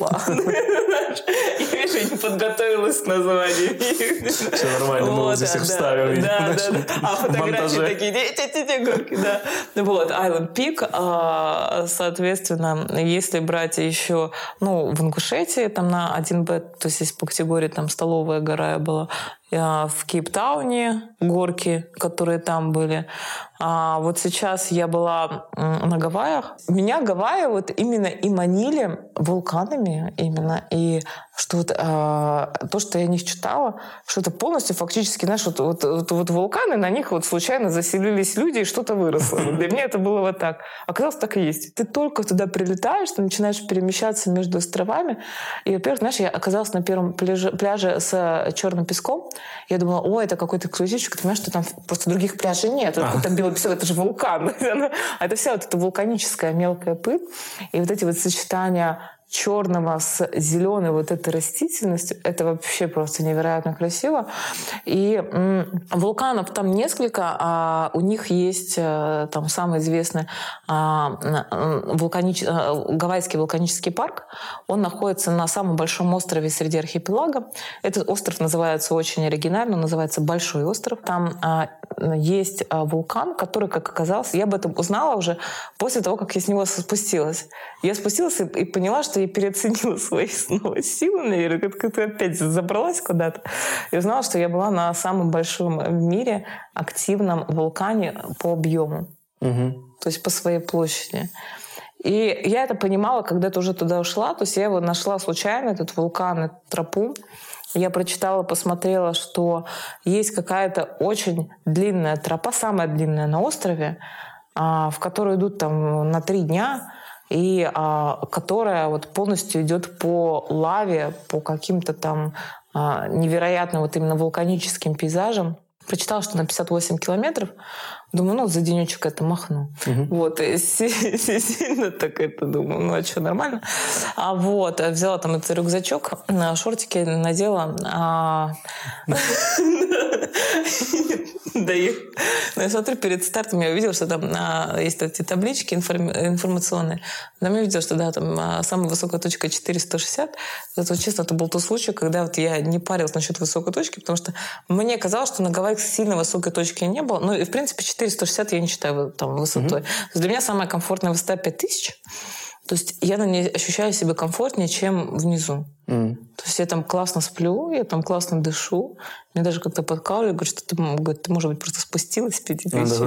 Я еще не подготовилась к названию. Все нормально, мы здесь их вставим. Да. А фотографии такие, те горки, да. Вот, Island Peak, соответственно, если брать еще, в Ингушетии, там на 1Б, то есть есть по категории там Столовая гора была, в Кейптауне, горки, которые там были. Вот сейчас я была на Гавайях. Меня Гавайи вот именно и манили вулканами именно. И что вот то, что я о них читала, что это полностью фактически, знаешь, вот вулканы, на них вот случайно заселились люди, и что-то выросло. Вот для меня это было вот так. Оказалось, так и есть. Ты только туда прилетаешь, ты начинаешь перемещаться между островами. И, во-первых, знаешь, я оказалась на первом пляже с черным песком. Я думала, ой, это какой-то эксклюзивчик. Ты понимаешь, что там просто других пляжей нет. Там белый песок, это же вулкан. А это вся вот эта вулканическая мелкая пыль. И вот эти вот сочетания черного с зеленой вот этой растительностью, это вообще просто невероятно красиво. И вулканов там несколько, у них есть там самый известный Гавайский вулканический парк. Он находится на самом большом острове среди архипелага. Этот остров называется очень оригинально, он называется Большой остров. Там есть вулкан, который, как оказалось, я об этом узнала уже после того, как я с него спустилась. Я спустилась и поняла, что я переоценила свои снова силы, наверное, как-то опять забралась куда-то. И узнала, что я была на самом большом в мире активном вулкане по объему. То есть по своей площади. И я это понимала, когда ты уже туда ушла. То есть я его нашла случайно, этот вулкан, эту тропу. Я прочитала, посмотрела, что есть какая-то очень длинная тропа, самая длинная на острове, в которую идут там на 3 дня, и которая вот полностью идет по лаве, по каким-то там невероятным вот именно вулканическим пейзажам. Прочитала, что на 58 километров. Думаю, за денечек это махну. Вот, и сильно так это думаю, а что, нормально? Взяла там этот рюкзачок, шортики надела. Да, я смотрю, перед стартом я увидела, что там есть эти таблички информационные. Там я видела, что да, там самая высокая точка 4160. Это, честно, это был тот случай, когда вот я не парилась насчет высокой точки, потому что мне казалось, что на Гавайях сильно высокой точки не было. Ну, и, в принципе, 460 я не считаю там высотой. То есть для меня самая комфортная высота 5000. То есть я на ней ощущаю себя комфортнее, чем внизу. То есть я там классно сплю, я там классно дышу. Мне даже как-то подкалывали, говорят, что ты, может быть, просто спустилась с 5000.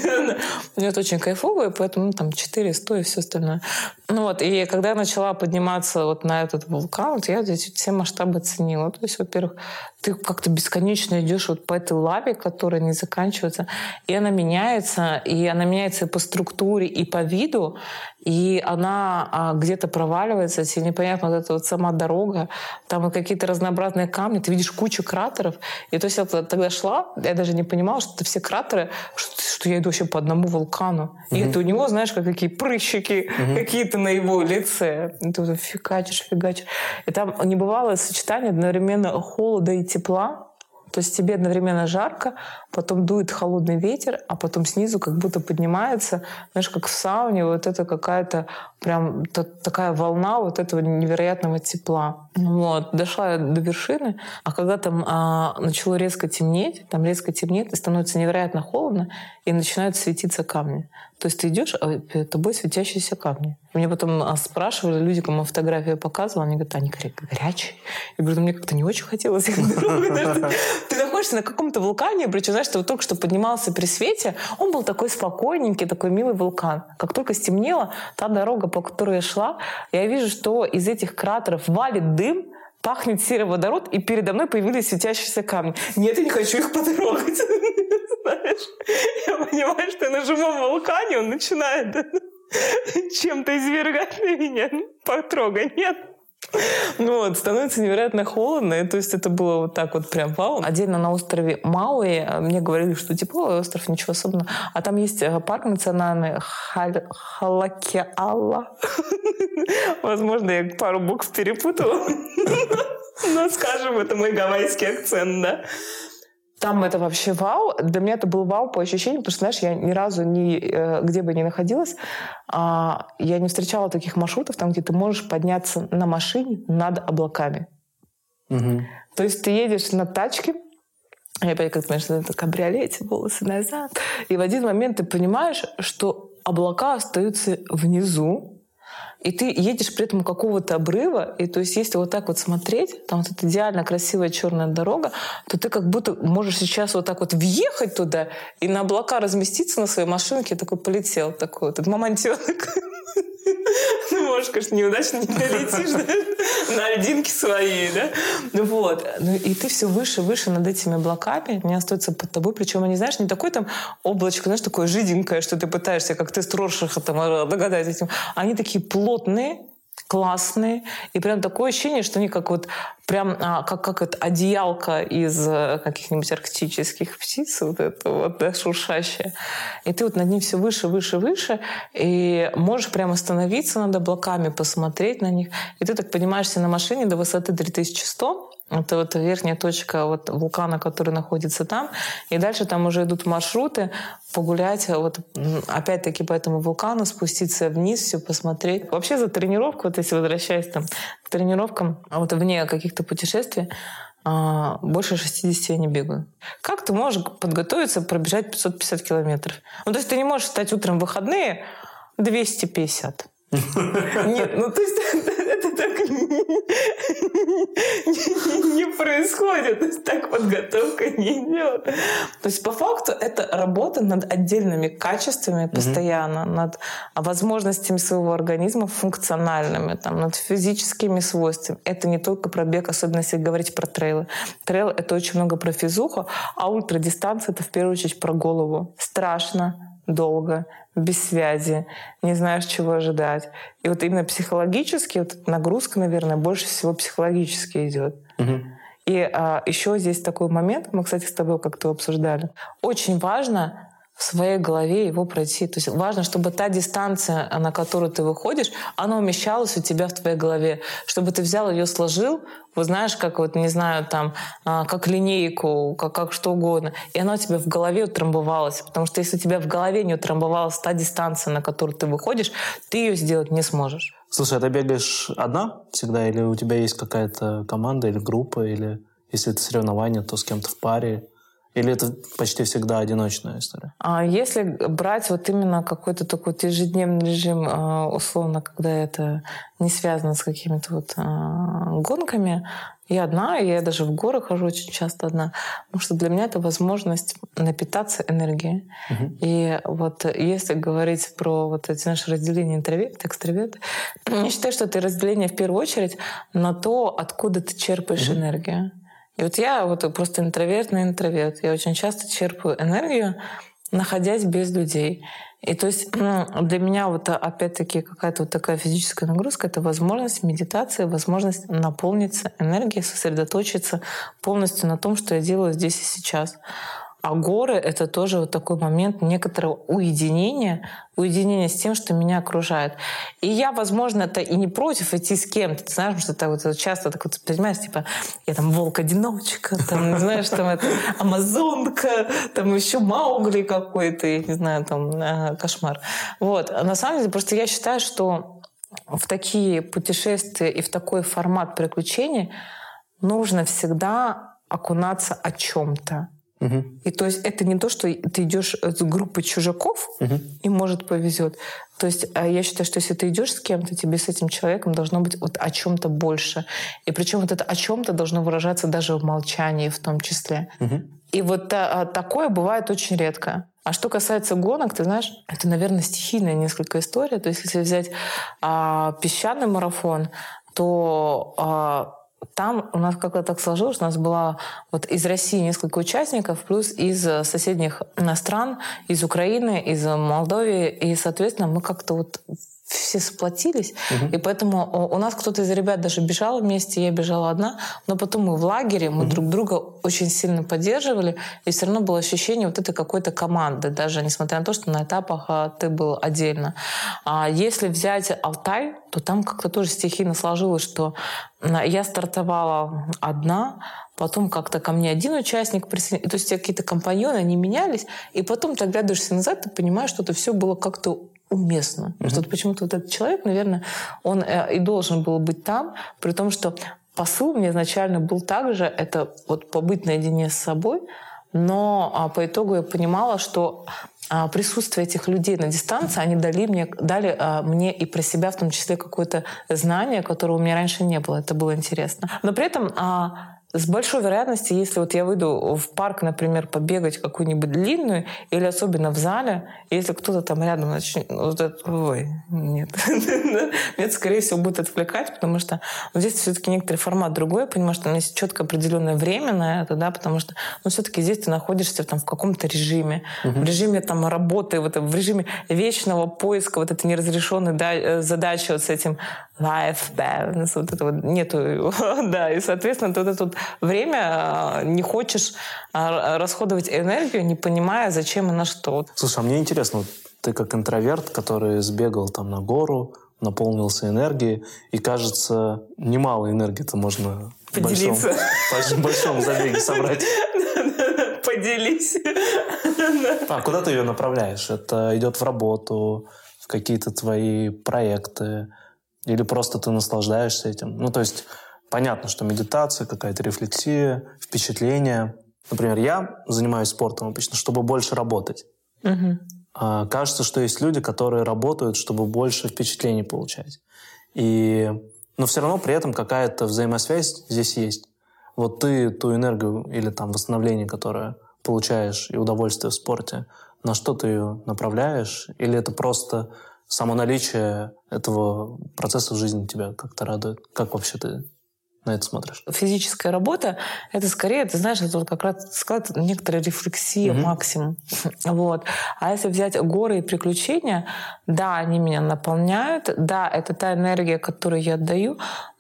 Мне это очень кайфово, и поэтому там 400 и все остальное. И когда я начала подниматься вот на этот вулкан, я эти все масштабы ценила. То есть, во-первых, ты как-то бесконечно идешь вот по этой лаве, которая не заканчивается, и она меняется и по структуре, и по виду, и она где-то проваливается, тебе непонятно, вот эта вот сама дорога, там какие-то разнообразные камни, ты видишь кучу кратеров. И то есть я тогда шла, я даже не понимала, что это все кратеры, что я иду вообще по одному вулкану. И это у него, знаешь, как какие прыщики какие-то на его лице. И ты вот фигачишь. И там небывалое сочетание одновременно холода и тепла. То есть тебе одновременно жарко, потом дует холодный ветер, а потом снизу как будто поднимается, знаешь, как в сауне, вот это какая-то прям такая волна вот этого невероятного тепла. Дошла я до вершины, а когда там начало резко темнеть, и становится невероятно холодно, и начинают светиться камни. То есть ты идешь, а перед тобой светящиеся камни. И мне потом спрашивали люди, кому фотографию показывала, они говорят, они горячие. Я говорю, мне как-то не очень хотелось их трогать. Ты находишься на каком-то вулкане, причем, знаешь, ты вот только что поднимался при свете, он был такой спокойненький, такой милый вулкан. Как только стемнело, та дорога, по которой я шла, я вижу, что из этих кратеров валит дым, пахнет сероводород, и передо мной появились светящиеся камни. Нет, я не хочу их потрогать. Знаешь, я понимаю, что я на живом вулкане, он начинает чем-то извергать на меня. Потрогай, нет. Становится невероятно холодно, и, то есть это было вот так вот прям вау. Отдельно на острове Мауи мне говорили, что теплый остров, ничего особенного. А там есть парк национальный Халакеала. Возможно, я пару букв перепутала. Но скажем, это мой гавайский акцент, да. Там это вообще вау. Для меня это был вау по ощущениям, потому что, знаешь, я ни разу где бы ни находилась, я не встречала таких маршрутов, там, где ты можешь подняться на машине над облаками. То есть ты едешь на тачке, я опять, как понимаешь, на кабриолете, волосы назад, и в один момент ты понимаешь, что облака остаются внизу, и ты едешь при этом у какого-то обрыва, и то есть если вот так вот смотреть, там вот эта идеально красивая черная дорога, то ты как будто можешь сейчас вот так вот въехать туда и на облака разместиться на своей машинке, такой полетел, такой вот мамонтенок. Ну, может, конечно, неудачно не долетишь, да? На льдинке своей, да? Вот. Ну, и ты все выше, выше над этими облаками, они остаются под тобой, причем они, знаешь, не такое там облачко, знаешь, такое жиденькое, что ты пытаешься, как тест Роршаха, там, догадать этим. Они такие плотные, классные, и прям такое ощущение, что они как вот прям как это одеялка из каких-нибудь арктических птиц, вот это вот, да, шуршащее. И ты вот над ним все выше, выше, выше, и можешь прям остановиться над облаками, посмотреть на них. И ты так поднимаешься на машине до высоты 3100. Это вот верхняя точка вот вулкана, который находится там. И дальше там уже идут маршруты погулять, вот опять-таки по этому вулкану, спуститься вниз, все посмотреть. Вообще за тренировку, вот если возвращаясь там к тренировкам, вот вне каких-то путешествий, больше 60 я не бегаю. Как ты можешь подготовиться, пробежать 550 километров? Ну, то есть ты не можешь встать утром в выходные 250. Нет, ну то есть это так не происходит, то есть так подготовка не идет. То есть по факту это работа над отдельными качествами постоянно, над возможностями своего организма функциональными, там, над физическими свойствами. Это не только про бег, особенно если говорить про трейлы. Трейл — это очень много про физуху, а ультрадистанция — это в первую очередь про голову. Страшно, долго, без связи, не знаешь, чего ожидать. И вот именно психологически, вот нагрузка, наверное, больше всего психологически идет. И еще здесь такой момент, мы, кстати, с тобой как-то обсуждали. Очень важно в своей голове его пройти. То есть важно, чтобы та дистанция, на которую ты выходишь, она умещалась у тебя в твоей голове. Чтобы ты взял ее, сложил, вот знаешь, как вот, не знаю, там, как линейку, как что угодно. И она у тебя в голове утрамбовалась. Потому что если у тебя в голове не утрамбовалась та дистанция, на которую ты выходишь, ты ее сделать не сможешь. Слушай, а ты бегаешь одна всегда? Или у тебя есть какая-то команда или группа? Или если это соревнование, то с кем-то в паре? Или это почти всегда одиночная история? Если брать вот именно какой-то такой вот ежедневный режим, условно, когда это не связано с какими-то вот гонками, я одна, и я даже в горы хожу очень часто одна, потому что для меня это возможность напитаться энергией. И вот если говорить про вот эти наши разделения интроверт, экстраверт, я считаю, что это разделение в первую очередь на то, откуда ты черпаешь энергию. И вот я вот просто интровертный интроверт. Я очень часто черпаю энергию, находясь без людей. И то есть для меня вот опять-таки какая-то вот такая физическая нагрузка — это возможность медитации, возможность наполниться энергией, сосредоточиться полностью на том, что я делаю здесь и сейчас. А горы — это тоже вот такой момент некоторого уединения с тем, что меня окружает. И я, возможно, это и не против идти с кем-то. Ты знаешь, что это вот часто так вот, понимаешь, типа, я там волк-одиночка, там, знаешь, там это амазонка, там еще Маугли какой-то, я не знаю, там кошмар. Вот. А на самом деле, просто я считаю, что в такие путешествия и в такой формат приключений нужно всегда окунаться о чем-то. И то есть это не то, что ты идешь с группой чужаков, и, может, повезет. То есть я считаю, что если ты идешь с кем-то, тебе с этим человеком должно быть вот о чем-то больше. И причем вот это о чем-то должно выражаться даже в молчании в том числе. И вот такое бывает очень редко. А что касается гонок, ты знаешь, это, наверное, стихийная несколько история. То есть если взять песчаный марафон, то там у нас как-то так сложилось, у нас было вот из России несколько участников, плюс из соседних стран, из Украины, из Молдовы. И, соответственно, мы как-то вот все сплотились. И поэтому у нас кто-то из ребят даже бежал вместе, я бежала одна. Но потом мы в лагере, мы друг друга очень сильно поддерживали. И все равно было ощущение вот этой какой-то команды, даже несмотря на то, что на этапах ты был отдельно. А если взять Алтай, то там как-то тоже стихийно сложилось, что я стартовала одна, потом как-то ко мне один участник присоединился. То есть какие-то компаньоны, они менялись. И потом ты оглядываешься назад, ты понимаешь, что это все было как-то уместно. Что почему-то вот этот человек, наверное, он и должен был быть там, при том, что посыл мне изначально был также это вот побыть наедине с собой, но по итогу я понимала, что присутствие этих людей на дистанции, они дали мне и про себя в том числе какое-то знание, которого у меня раньше не было. Это было интересно. Но при этом с большой вероятностью, если вот я выйду в парк, например, побегать какую-нибудь длинную, или особенно в зале, если кто-то там рядом начнет... Нет. Меня, скорее всего, будет отвлекать, потому что здесь все-таки некоторый формат другой, потому что у меня есть четко определенное время на это, да, потому что все-таки здесь ты находишься там в каком-то режиме, в режиме там работы, в режиме вечного поиска вот этой неразрешенной задачи вот с этим life balance, вот это вот нету его, да, и, соответственно, ты вот это вот время не хочешь расходовать энергию, не понимая, зачем и на что. Слушай, а мне интересно, ты как интроверт, который сбегал там на гору, наполнился энергией, и, кажется, немало энергии-то можно поделиться. В большом забеге собрать. Поделись. А куда ты ее направляешь? Это идет в работу, в какие-то твои проекты, или просто ты наслаждаешься этим? Ну, то есть понятно, что медитация, какая-то рефлексия, впечатления. Например, я занимаюсь спортом обычно, чтобы больше работать. Кажется, что есть люди, которые работают, чтобы больше впечатлений получать. Но все равно при этом какая-то взаимосвязь здесь есть. Вот ты ту энергию или там восстановление, которое получаешь, и удовольствие в спорте, на что ты ее направляешь? Или это просто само наличие этого процесса в жизни тебя как-то радует? Как вообще ты на это смотришь? Физическая работа — это скорее, ты знаешь, это вот как раз сказать, некоторая рефлексия максимум. Вот. А если взять горы и приключения, да, они меня наполняют, да, это та энергия, которую я отдаю,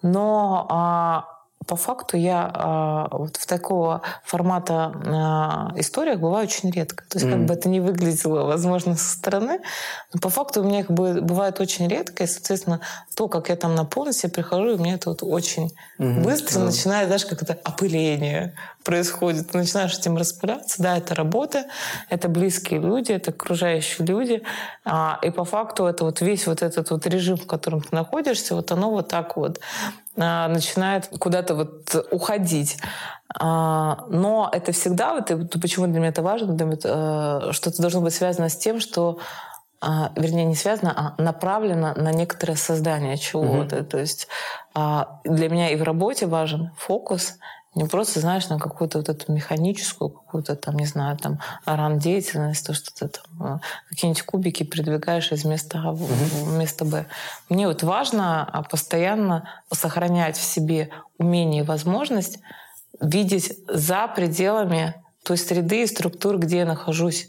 но по факту я вот в такого формата историях бываю очень редко. То есть как бы это ни выглядело, возможно, со стороны, но по факту у меня их бывает очень редко, и, соответственно, то, как я там наполнюсь, я прихожу, и у меня это вот очень быстро начинает, знаешь, как это опыление происходит. Ты начинаешь этим распыляться. Да, это работа, это близкие люди, это окружающие люди. И по факту это вот весь вот этот вот режим, в котором ты находишься, вот оно вот так вот начинает куда-то вот уходить. Но это всегда, вот, почему для меня это важно, что это должно быть связано с тем, что вернее, не связано, а направлено на некоторое создание чего-то. То есть для меня и в работе важен фокус, не просто, знаешь, на какую-то вот эту механическую, какую-то там, не знаю, там, ран-деятельность, то, что ты там какие-нибудь кубики передвигаешь из места А в место Б. Мне вот важно постоянно сохранять в себе умение и возможность видеть за пределами той среды и структур, где я нахожусь.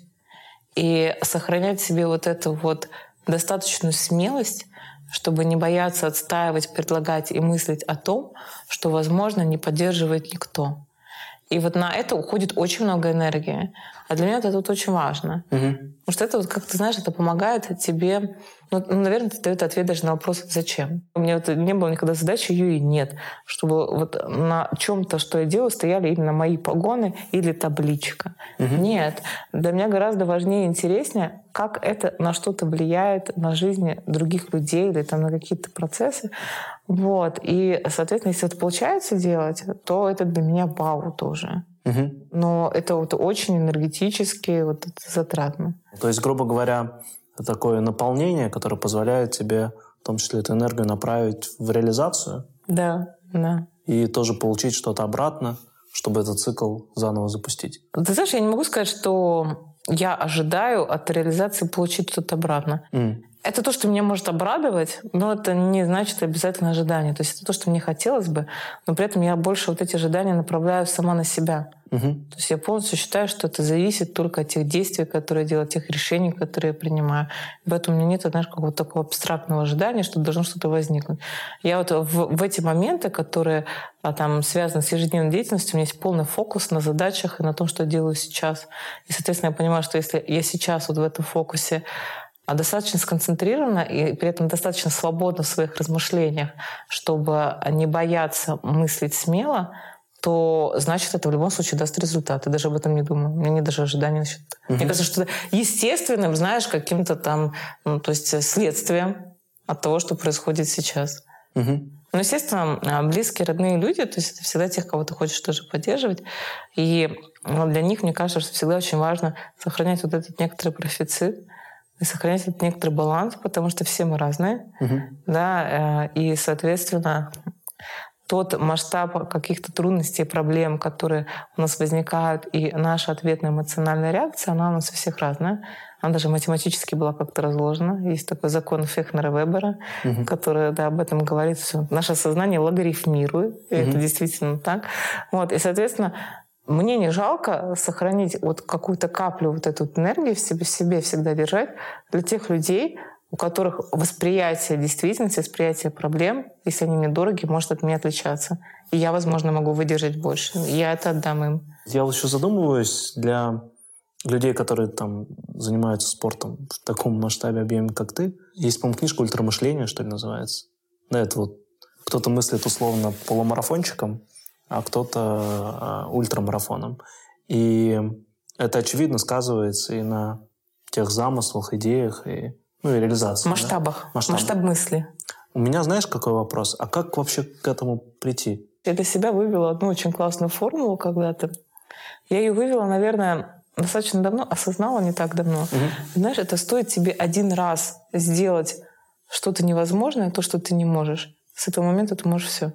И сохранять в себе вот эту вот достаточную смелость, чтобы не бояться отстаивать, предлагать и мыслить о том, что, возможно, не поддерживает никто. И вот на это уходит очень много энергии. А для меня это вот очень важно. Потому что это, вот, как ты знаешь, это помогает тебе... наверное, это дает ответ даже на вопрос «зачем?». У меня вот не было никогда задачи, ее и нет, чтобы вот на чем-то, что я делаю, стояли именно мои погоны или табличка. Нет. Для меня гораздо важнее и интереснее, как это на что-то влияет на жизни других людей или там, на какие-то процессы. Вот. И, соответственно, если это получается делать, то это для меня вау тоже. Но это вот очень энергетически вот это затратно. То есть, грубо говоря, это такое наполнение, которое позволяет тебе, в том числе, эту энергию направить в реализацию. Да, да. И тоже получить что-то обратно, чтобы этот цикл заново запустить. Ты знаешь, я не могу сказать, что я ожидаю от реализации получить что-то обратно. Это то, что меня может обрадовать, но это не значит обязательно ожидание. То есть это то, что мне хотелось бы, но при этом я больше вот эти ожидания направляю сама на себя. То есть я полностью считаю, что это зависит только от тех действий, которые я делаю, от тех решений, которые я принимаю. Поэтому у меня нет, знаешь, какого-то такого абстрактного ожидания, что должно что-то возникнуть. Я вот в эти моменты, которые там связаны с ежедневной деятельностью, у меня есть полный фокус на задачах и на том, что я делаю сейчас. И, соответственно, я понимаю, что если я сейчас вот в этом фокусе достаточно сконцентрирована и при этом достаточно свободна в своих размышлениях, чтобы не бояться мыслить смело, то значит, это в любом случае даст результат. Я даже об этом не думаю. У меня нет даже ожиданий насчет этого. Мне кажется, что это естественным, знаешь, каким-то там, то есть следствием от того, что происходит сейчас. Но Ну, естественно, близкие, родные люди, то есть это всегда тех, кого ты хочешь тоже поддерживать. И для них, мне кажется, что всегда очень важно сохранять вот этот некоторый профицит и сохранять этот некоторый баланс, потому что все мы разные. Да, и, соответственно, тот масштаб каких-то трудностей, проблем, которые у нас возникают, и наша ответная эмоциональная реакция, она у нас у всех разная. Она даже математически была как-то разложена. Есть такой закон Фехнера-Вебера, который об этом говорит. Что наше сознание логарифмирует. И это действительно так. Вот. И, соответственно, мне не жалко сохранить вот какую-то каплю вот эту энергии в себе всегда держать для тех людей, у которых восприятие действительности, восприятие проблем, если они мне дороги, может от меня отличаться. И я, возможно, могу выдержать больше. Я это отдам им. Я вот еще задумываюсь, для людей, которые там занимаются спортом в таком масштабе, объеме, как ты. Есть, по-моему, книжка «Ультрамышление», что ли, называется. Да, это вот кто-то мыслит условно полумарафончиком, а кто-то ультрамарафоном. И это, очевидно, сказывается и на тех замыслах, идеях, и реализации. Масштабах. Да? Масштаб мысли. У меня, знаешь, какой вопрос? А как вообще к этому прийти? Я для себя вывела одну очень классную формулу когда-то. Я ее вывела, наверное, достаточно давно, осознала не так давно. Знаешь, это стоит тебе один раз сделать что-то невозможное, то, что ты не можешь. С этого момента ты можешь все.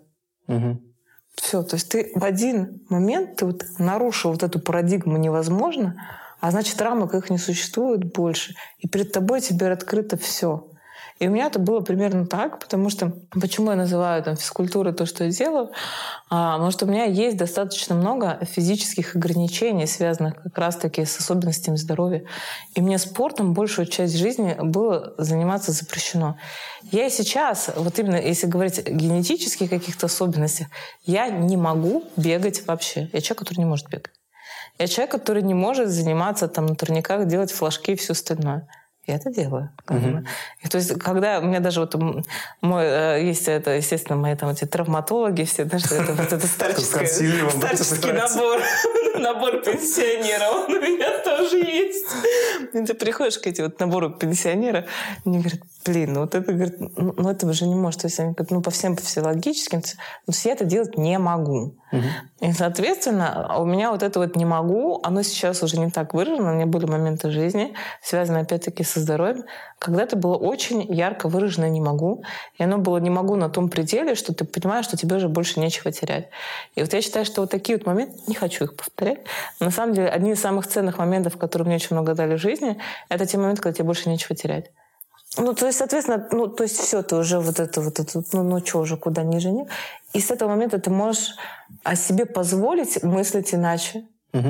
Все. То есть ты в один момент ты вот нарушил вот эту парадигму невозможно, а значит, рамок их не существует больше. И перед тобой теперь открыто все. И у меня это было примерно так, потому что... Почему я называю там физкультурой то, что я делаю? Потому что у меня есть достаточно много физических ограничений, связанных как раз-таки с особенностями здоровья. И мне спортом большую часть жизни было заниматься запрещено. Я и сейчас, вот именно если говорить о генетических каких-то особенностях, я не могу бегать вообще. Я человек, который не может бегать. Я человек, который не может заниматься там на турниках, делать флажки и все остальное. Я это делаю. И, то есть, когда у меня даже вот есть это, естественно, мои там эти травматологи, все, знаешь, это вот это старческий набор пенсионеров, он у меня тоже есть. И ты приходишь к этим вот набору пенсионеров, и они говорят, блин, вот это, говорит, ну этого же не может. То есть они говорят, по всем физиологическим, то есть я это делать не могу. И, соответственно, у меня вот это вот не могу, оно сейчас уже не так выражено. У меня были моменты жизни, связанные опять-таки со здоровьем, когда это было очень ярко выражено «не могу». И оно было «не могу» на том пределе, что ты понимаешь, что тебе уже больше нечего терять. И вот я считаю, что вот такие вот моменты, не хочу их повторять, но на самом деле одни из самых ценных моментов, которые мне очень много дали в жизни, это те моменты, когда тебе больше нечего терять. То есть, соответственно, то есть все, ты уже вот это, что уже, куда ниже нет. И с этого момента ты можешь о себе позволить мыслить иначе.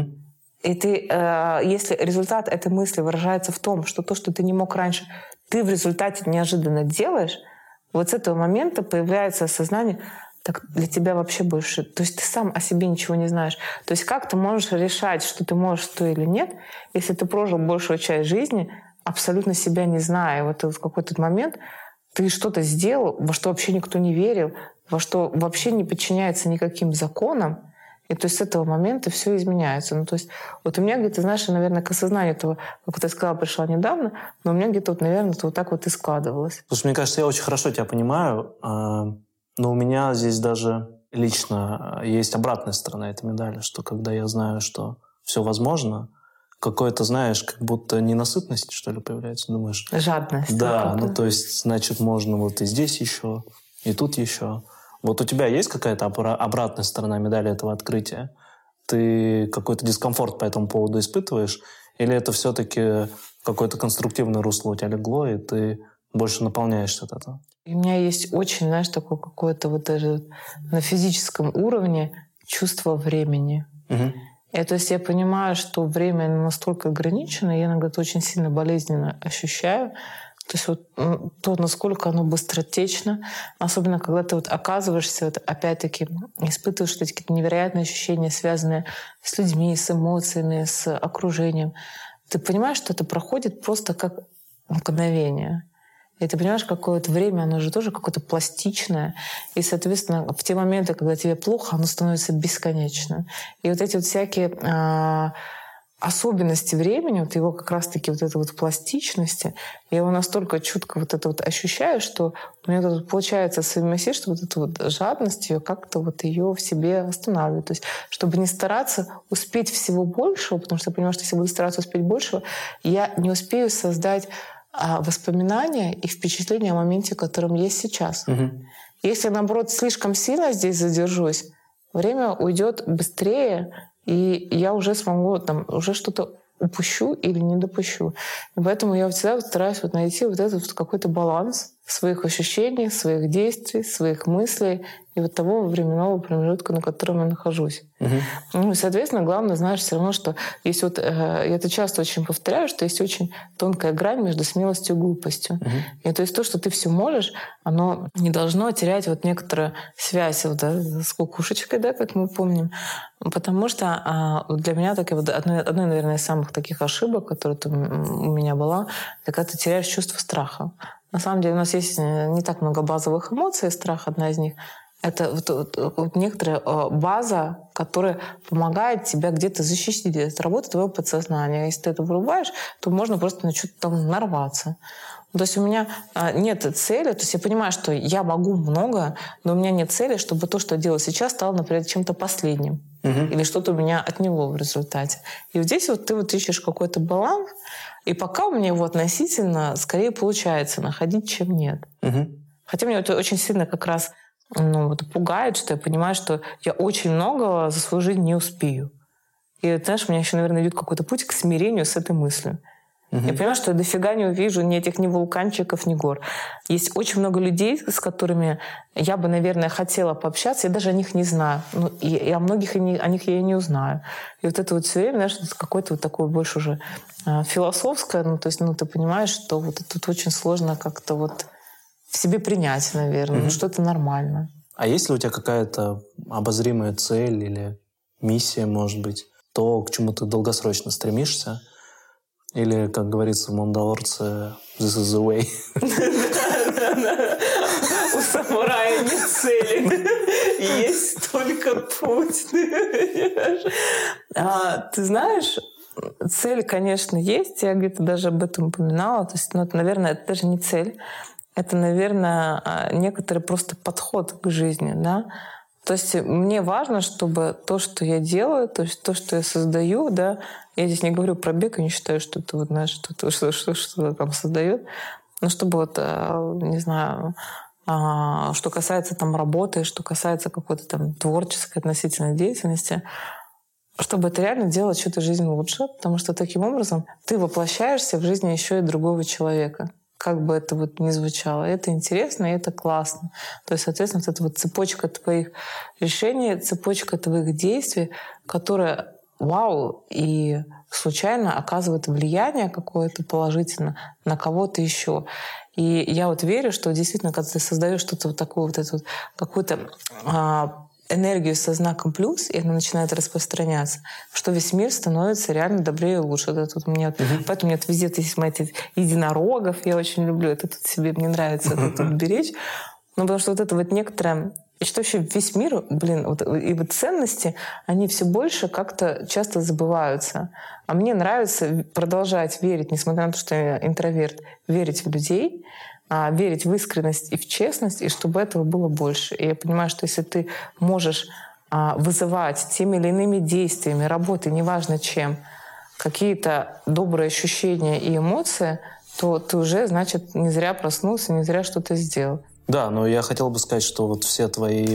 И ты, если результат этой мысли выражается в том, что то, что ты не мог раньше, ты в результате неожиданно делаешь, вот с этого момента появляется осознание, так для тебя вообще больше... То есть ты сам о себе ничего не знаешь. То есть как ты можешь решать, что ты можешь то или нет, если ты прожил большую часть жизни, абсолютно себя не зная. Вот в какой-то момент ты что-то сделал, во что вообще никто не верил, во что вообще не подчиняется никаким законам. И то есть с этого момента все изменяется. То есть вот у меня где-то, знаешь, наверное, к осознанию этого, как ты сказала, пришла недавно, но у меня где-то, наверное, это вот так вот и складывалось. Слушай, мне кажется, я очень хорошо тебя понимаю, но у меня здесь даже лично есть обратная сторона этой медали, что когда я знаю, что все возможно, какое-то, знаешь, как будто ненасытность, что ли, появляется, думаешь? Жадность. Да, то есть, значит, можно вот и здесь еще, и тут еще. Вот у тебя есть какая-то обратная сторона медали этого открытия? Ты какой-то дискомфорт по этому поводу испытываешь? Или это все-таки какое-то конструктивное русло у тебя легло, и ты больше наполняешься от этого? У меня есть очень, знаешь, такое какое-то вот даже на физическом уровне чувство времени. И то есть я понимаю, что время настолько ограничено, я иногда это очень сильно болезненно ощущаю. То есть вот то, насколько оно быстротечно, особенно когда ты вот оказываешься, вот опять-таки испытываешь вот эти какие-то невероятные ощущения, связанные с людьми, с эмоциями, с окружением. Ты понимаешь, что это проходит просто как мгновение. И ты понимаешь, какое-то время, оно же тоже какое-то пластичное. И, соответственно, в те моменты, когда тебе плохо, оно становится бесконечным. И вот эти вот всякие особенности времени, вот его как раз-таки вот этой вот пластичности, я его настолько чутко вот это вот ощущаю, что у меня тут получается совместить, что вот эта вот жадность, ее как-то вот ее в себе останавливает. То есть, чтобы не стараться успеть всего большего, потому что я понимаю, что если буду стараться успеть большего, я не успею создать воспоминания и впечатления о моменте, которым есть сейчас. Если, наоборот, слишком сильно здесь задержусь, время уйдет быстрее, и я уже смогу, там, уже что-то упущу или не допущу. И поэтому я всегда стараюсь вот найти вот этот вот какой-то баланс своих ощущений, своих действий, своих мыслей и вот того временного промежутка, на котором я нахожусь. Ну и, соответственно, главное, знаешь, все равно, что есть вот, я это часто очень повторяю, что есть очень тонкая грань между смелостью и глупостью. И то есть то, что ты все можешь, оно не должно терять вот некоторую связь вот, да, с кукушечкой, да, как мы помним. Потому что для меня так, вот одной, наверное, из самых таких ошибок, которая у меня была, это когда ты теряешь чувство страха. На самом деле у нас есть не так много базовых эмоций, страх одна из них. Это вот некоторая база, которая помогает тебя где-то защитить. Это работа твоего подсознания. Если ты это вырубаешь, то можно просто на что-то там нарваться. То есть у меня нет цели, то есть я понимаю, что я могу много, но у меня нет цели, чтобы то, что я делаю сейчас, стало, например, чем-то последним. Или что-то у меня отняло в результате. И вот здесь вот ты вот ищешь какой-то баланс, и пока у меня его относительно скорее получается находить, чем нет. Хотя меня это очень сильно как раз пугает, что я понимаю, что я очень много за свою жизнь не успею. И, знаешь, у меня еще, наверное, идет какой-то путь к смирению с этой мыслью. Я понимаю, что я дофига не увижу ни этих ни вулканчиков, ни гор. Есть очень много людей, с которыми я бы, наверное, хотела пообщаться. Я даже о них не знаю. И о многих о них я и не узнаю. И вот это вот все время, знаешь, какое-то вот такое больше уже философское. То есть, ты понимаешь, что вот тут очень сложно как-то вот в себе принять, наверное, что это нормально. А есть ли у тебя какая-то обозримая цель или миссия, может быть, то, к чему ты долгосрочно стремишься? Или, как говорится в «Мандалорце», «This is the way». У самурая нет цели, есть только путь. Ты знаешь, цель, конечно, есть. Я где-то даже об этом упоминала. То есть, наверное, это даже не цель. Это, наверное, некоторый просто подход к жизни, да. То есть мне важно, чтобы то, что я делаю, то есть то, что я создаю, да, я здесь не говорю про бег, я не считаю, что это вот, знаешь, что там создает, но чтобы вот, не знаю, что касается там работы, что касается какой-то там творческой относительной деятельности, чтобы это реально делать чью-то жизнь лучше, потому что таким образом ты воплощаешься в жизни еще и другого человека. Как бы это вот ни звучало. Это интересно, и это классно. То есть, соответственно, вот эта вот цепочка твоих решений, цепочка твоих действий, которая, вау, и случайно оказывает влияние какое-то положительно на кого-то еще. И я вот верю, что действительно, когда ты создаешь что-то вот такое, вот эту вот какую-то энергию со знаком плюс, и она начинает распространяться, что весь мир становится реально добрее и лучше. Это тут поэтому у меня везде есть этих единорогов, я очень люблю это тут себе, мне нравится это тут беречь. Потому что вот это вот некоторое... Я считаю, вообще весь мир, и вот ценности, они все больше как-то часто забываются. А мне нравится продолжать верить, несмотря на то, что я интроверт, верить в людей, верить в искренность и в честность, и чтобы этого было больше. И я понимаю, что если ты можешь вызывать теми или иными действиями, работой, неважно чем, какие-то добрые ощущения и эмоции, то ты уже, значит, не зря проснулся, не зря что-то сделал. Да, но я хотел бы сказать, что вот все твои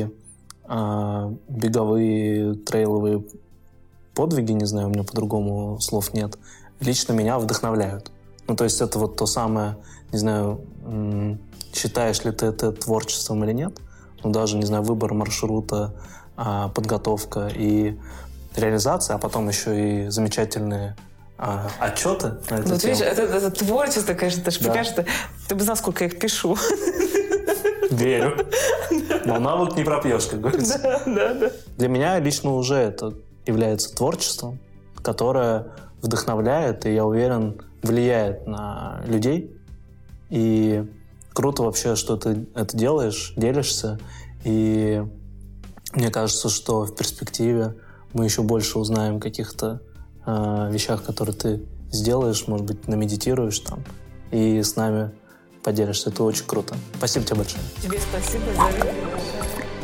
беговые, трейловые подвиги, не знаю, у меня по-другому слов нет, лично меня вдохновляют. То есть это вот то самое, не знаю, считаешь ли ты это творчеством или нет, даже, не знаю, выбор маршрута, подготовка и реализация, а потом еще и замечательные отчеты на эту вот тему. Видишь, это творчество, конечно, ты же понимаешь, что ты бы знал, сколько я их пишу. Верю. Но навык не пропьешь, как говорится. Да. Для меня лично уже это является творчеством, которое вдохновляет, и, я уверен, влияет на людей. И круто вообще, что ты это делаешь, делишься. И мне кажется, что в перспективе мы еще больше узнаем каких-то вещах, которые ты сделаешь, может быть, намедитируешь там, и с нами поделишься. Это очень круто. Спасибо тебе большое. Тебе спасибо за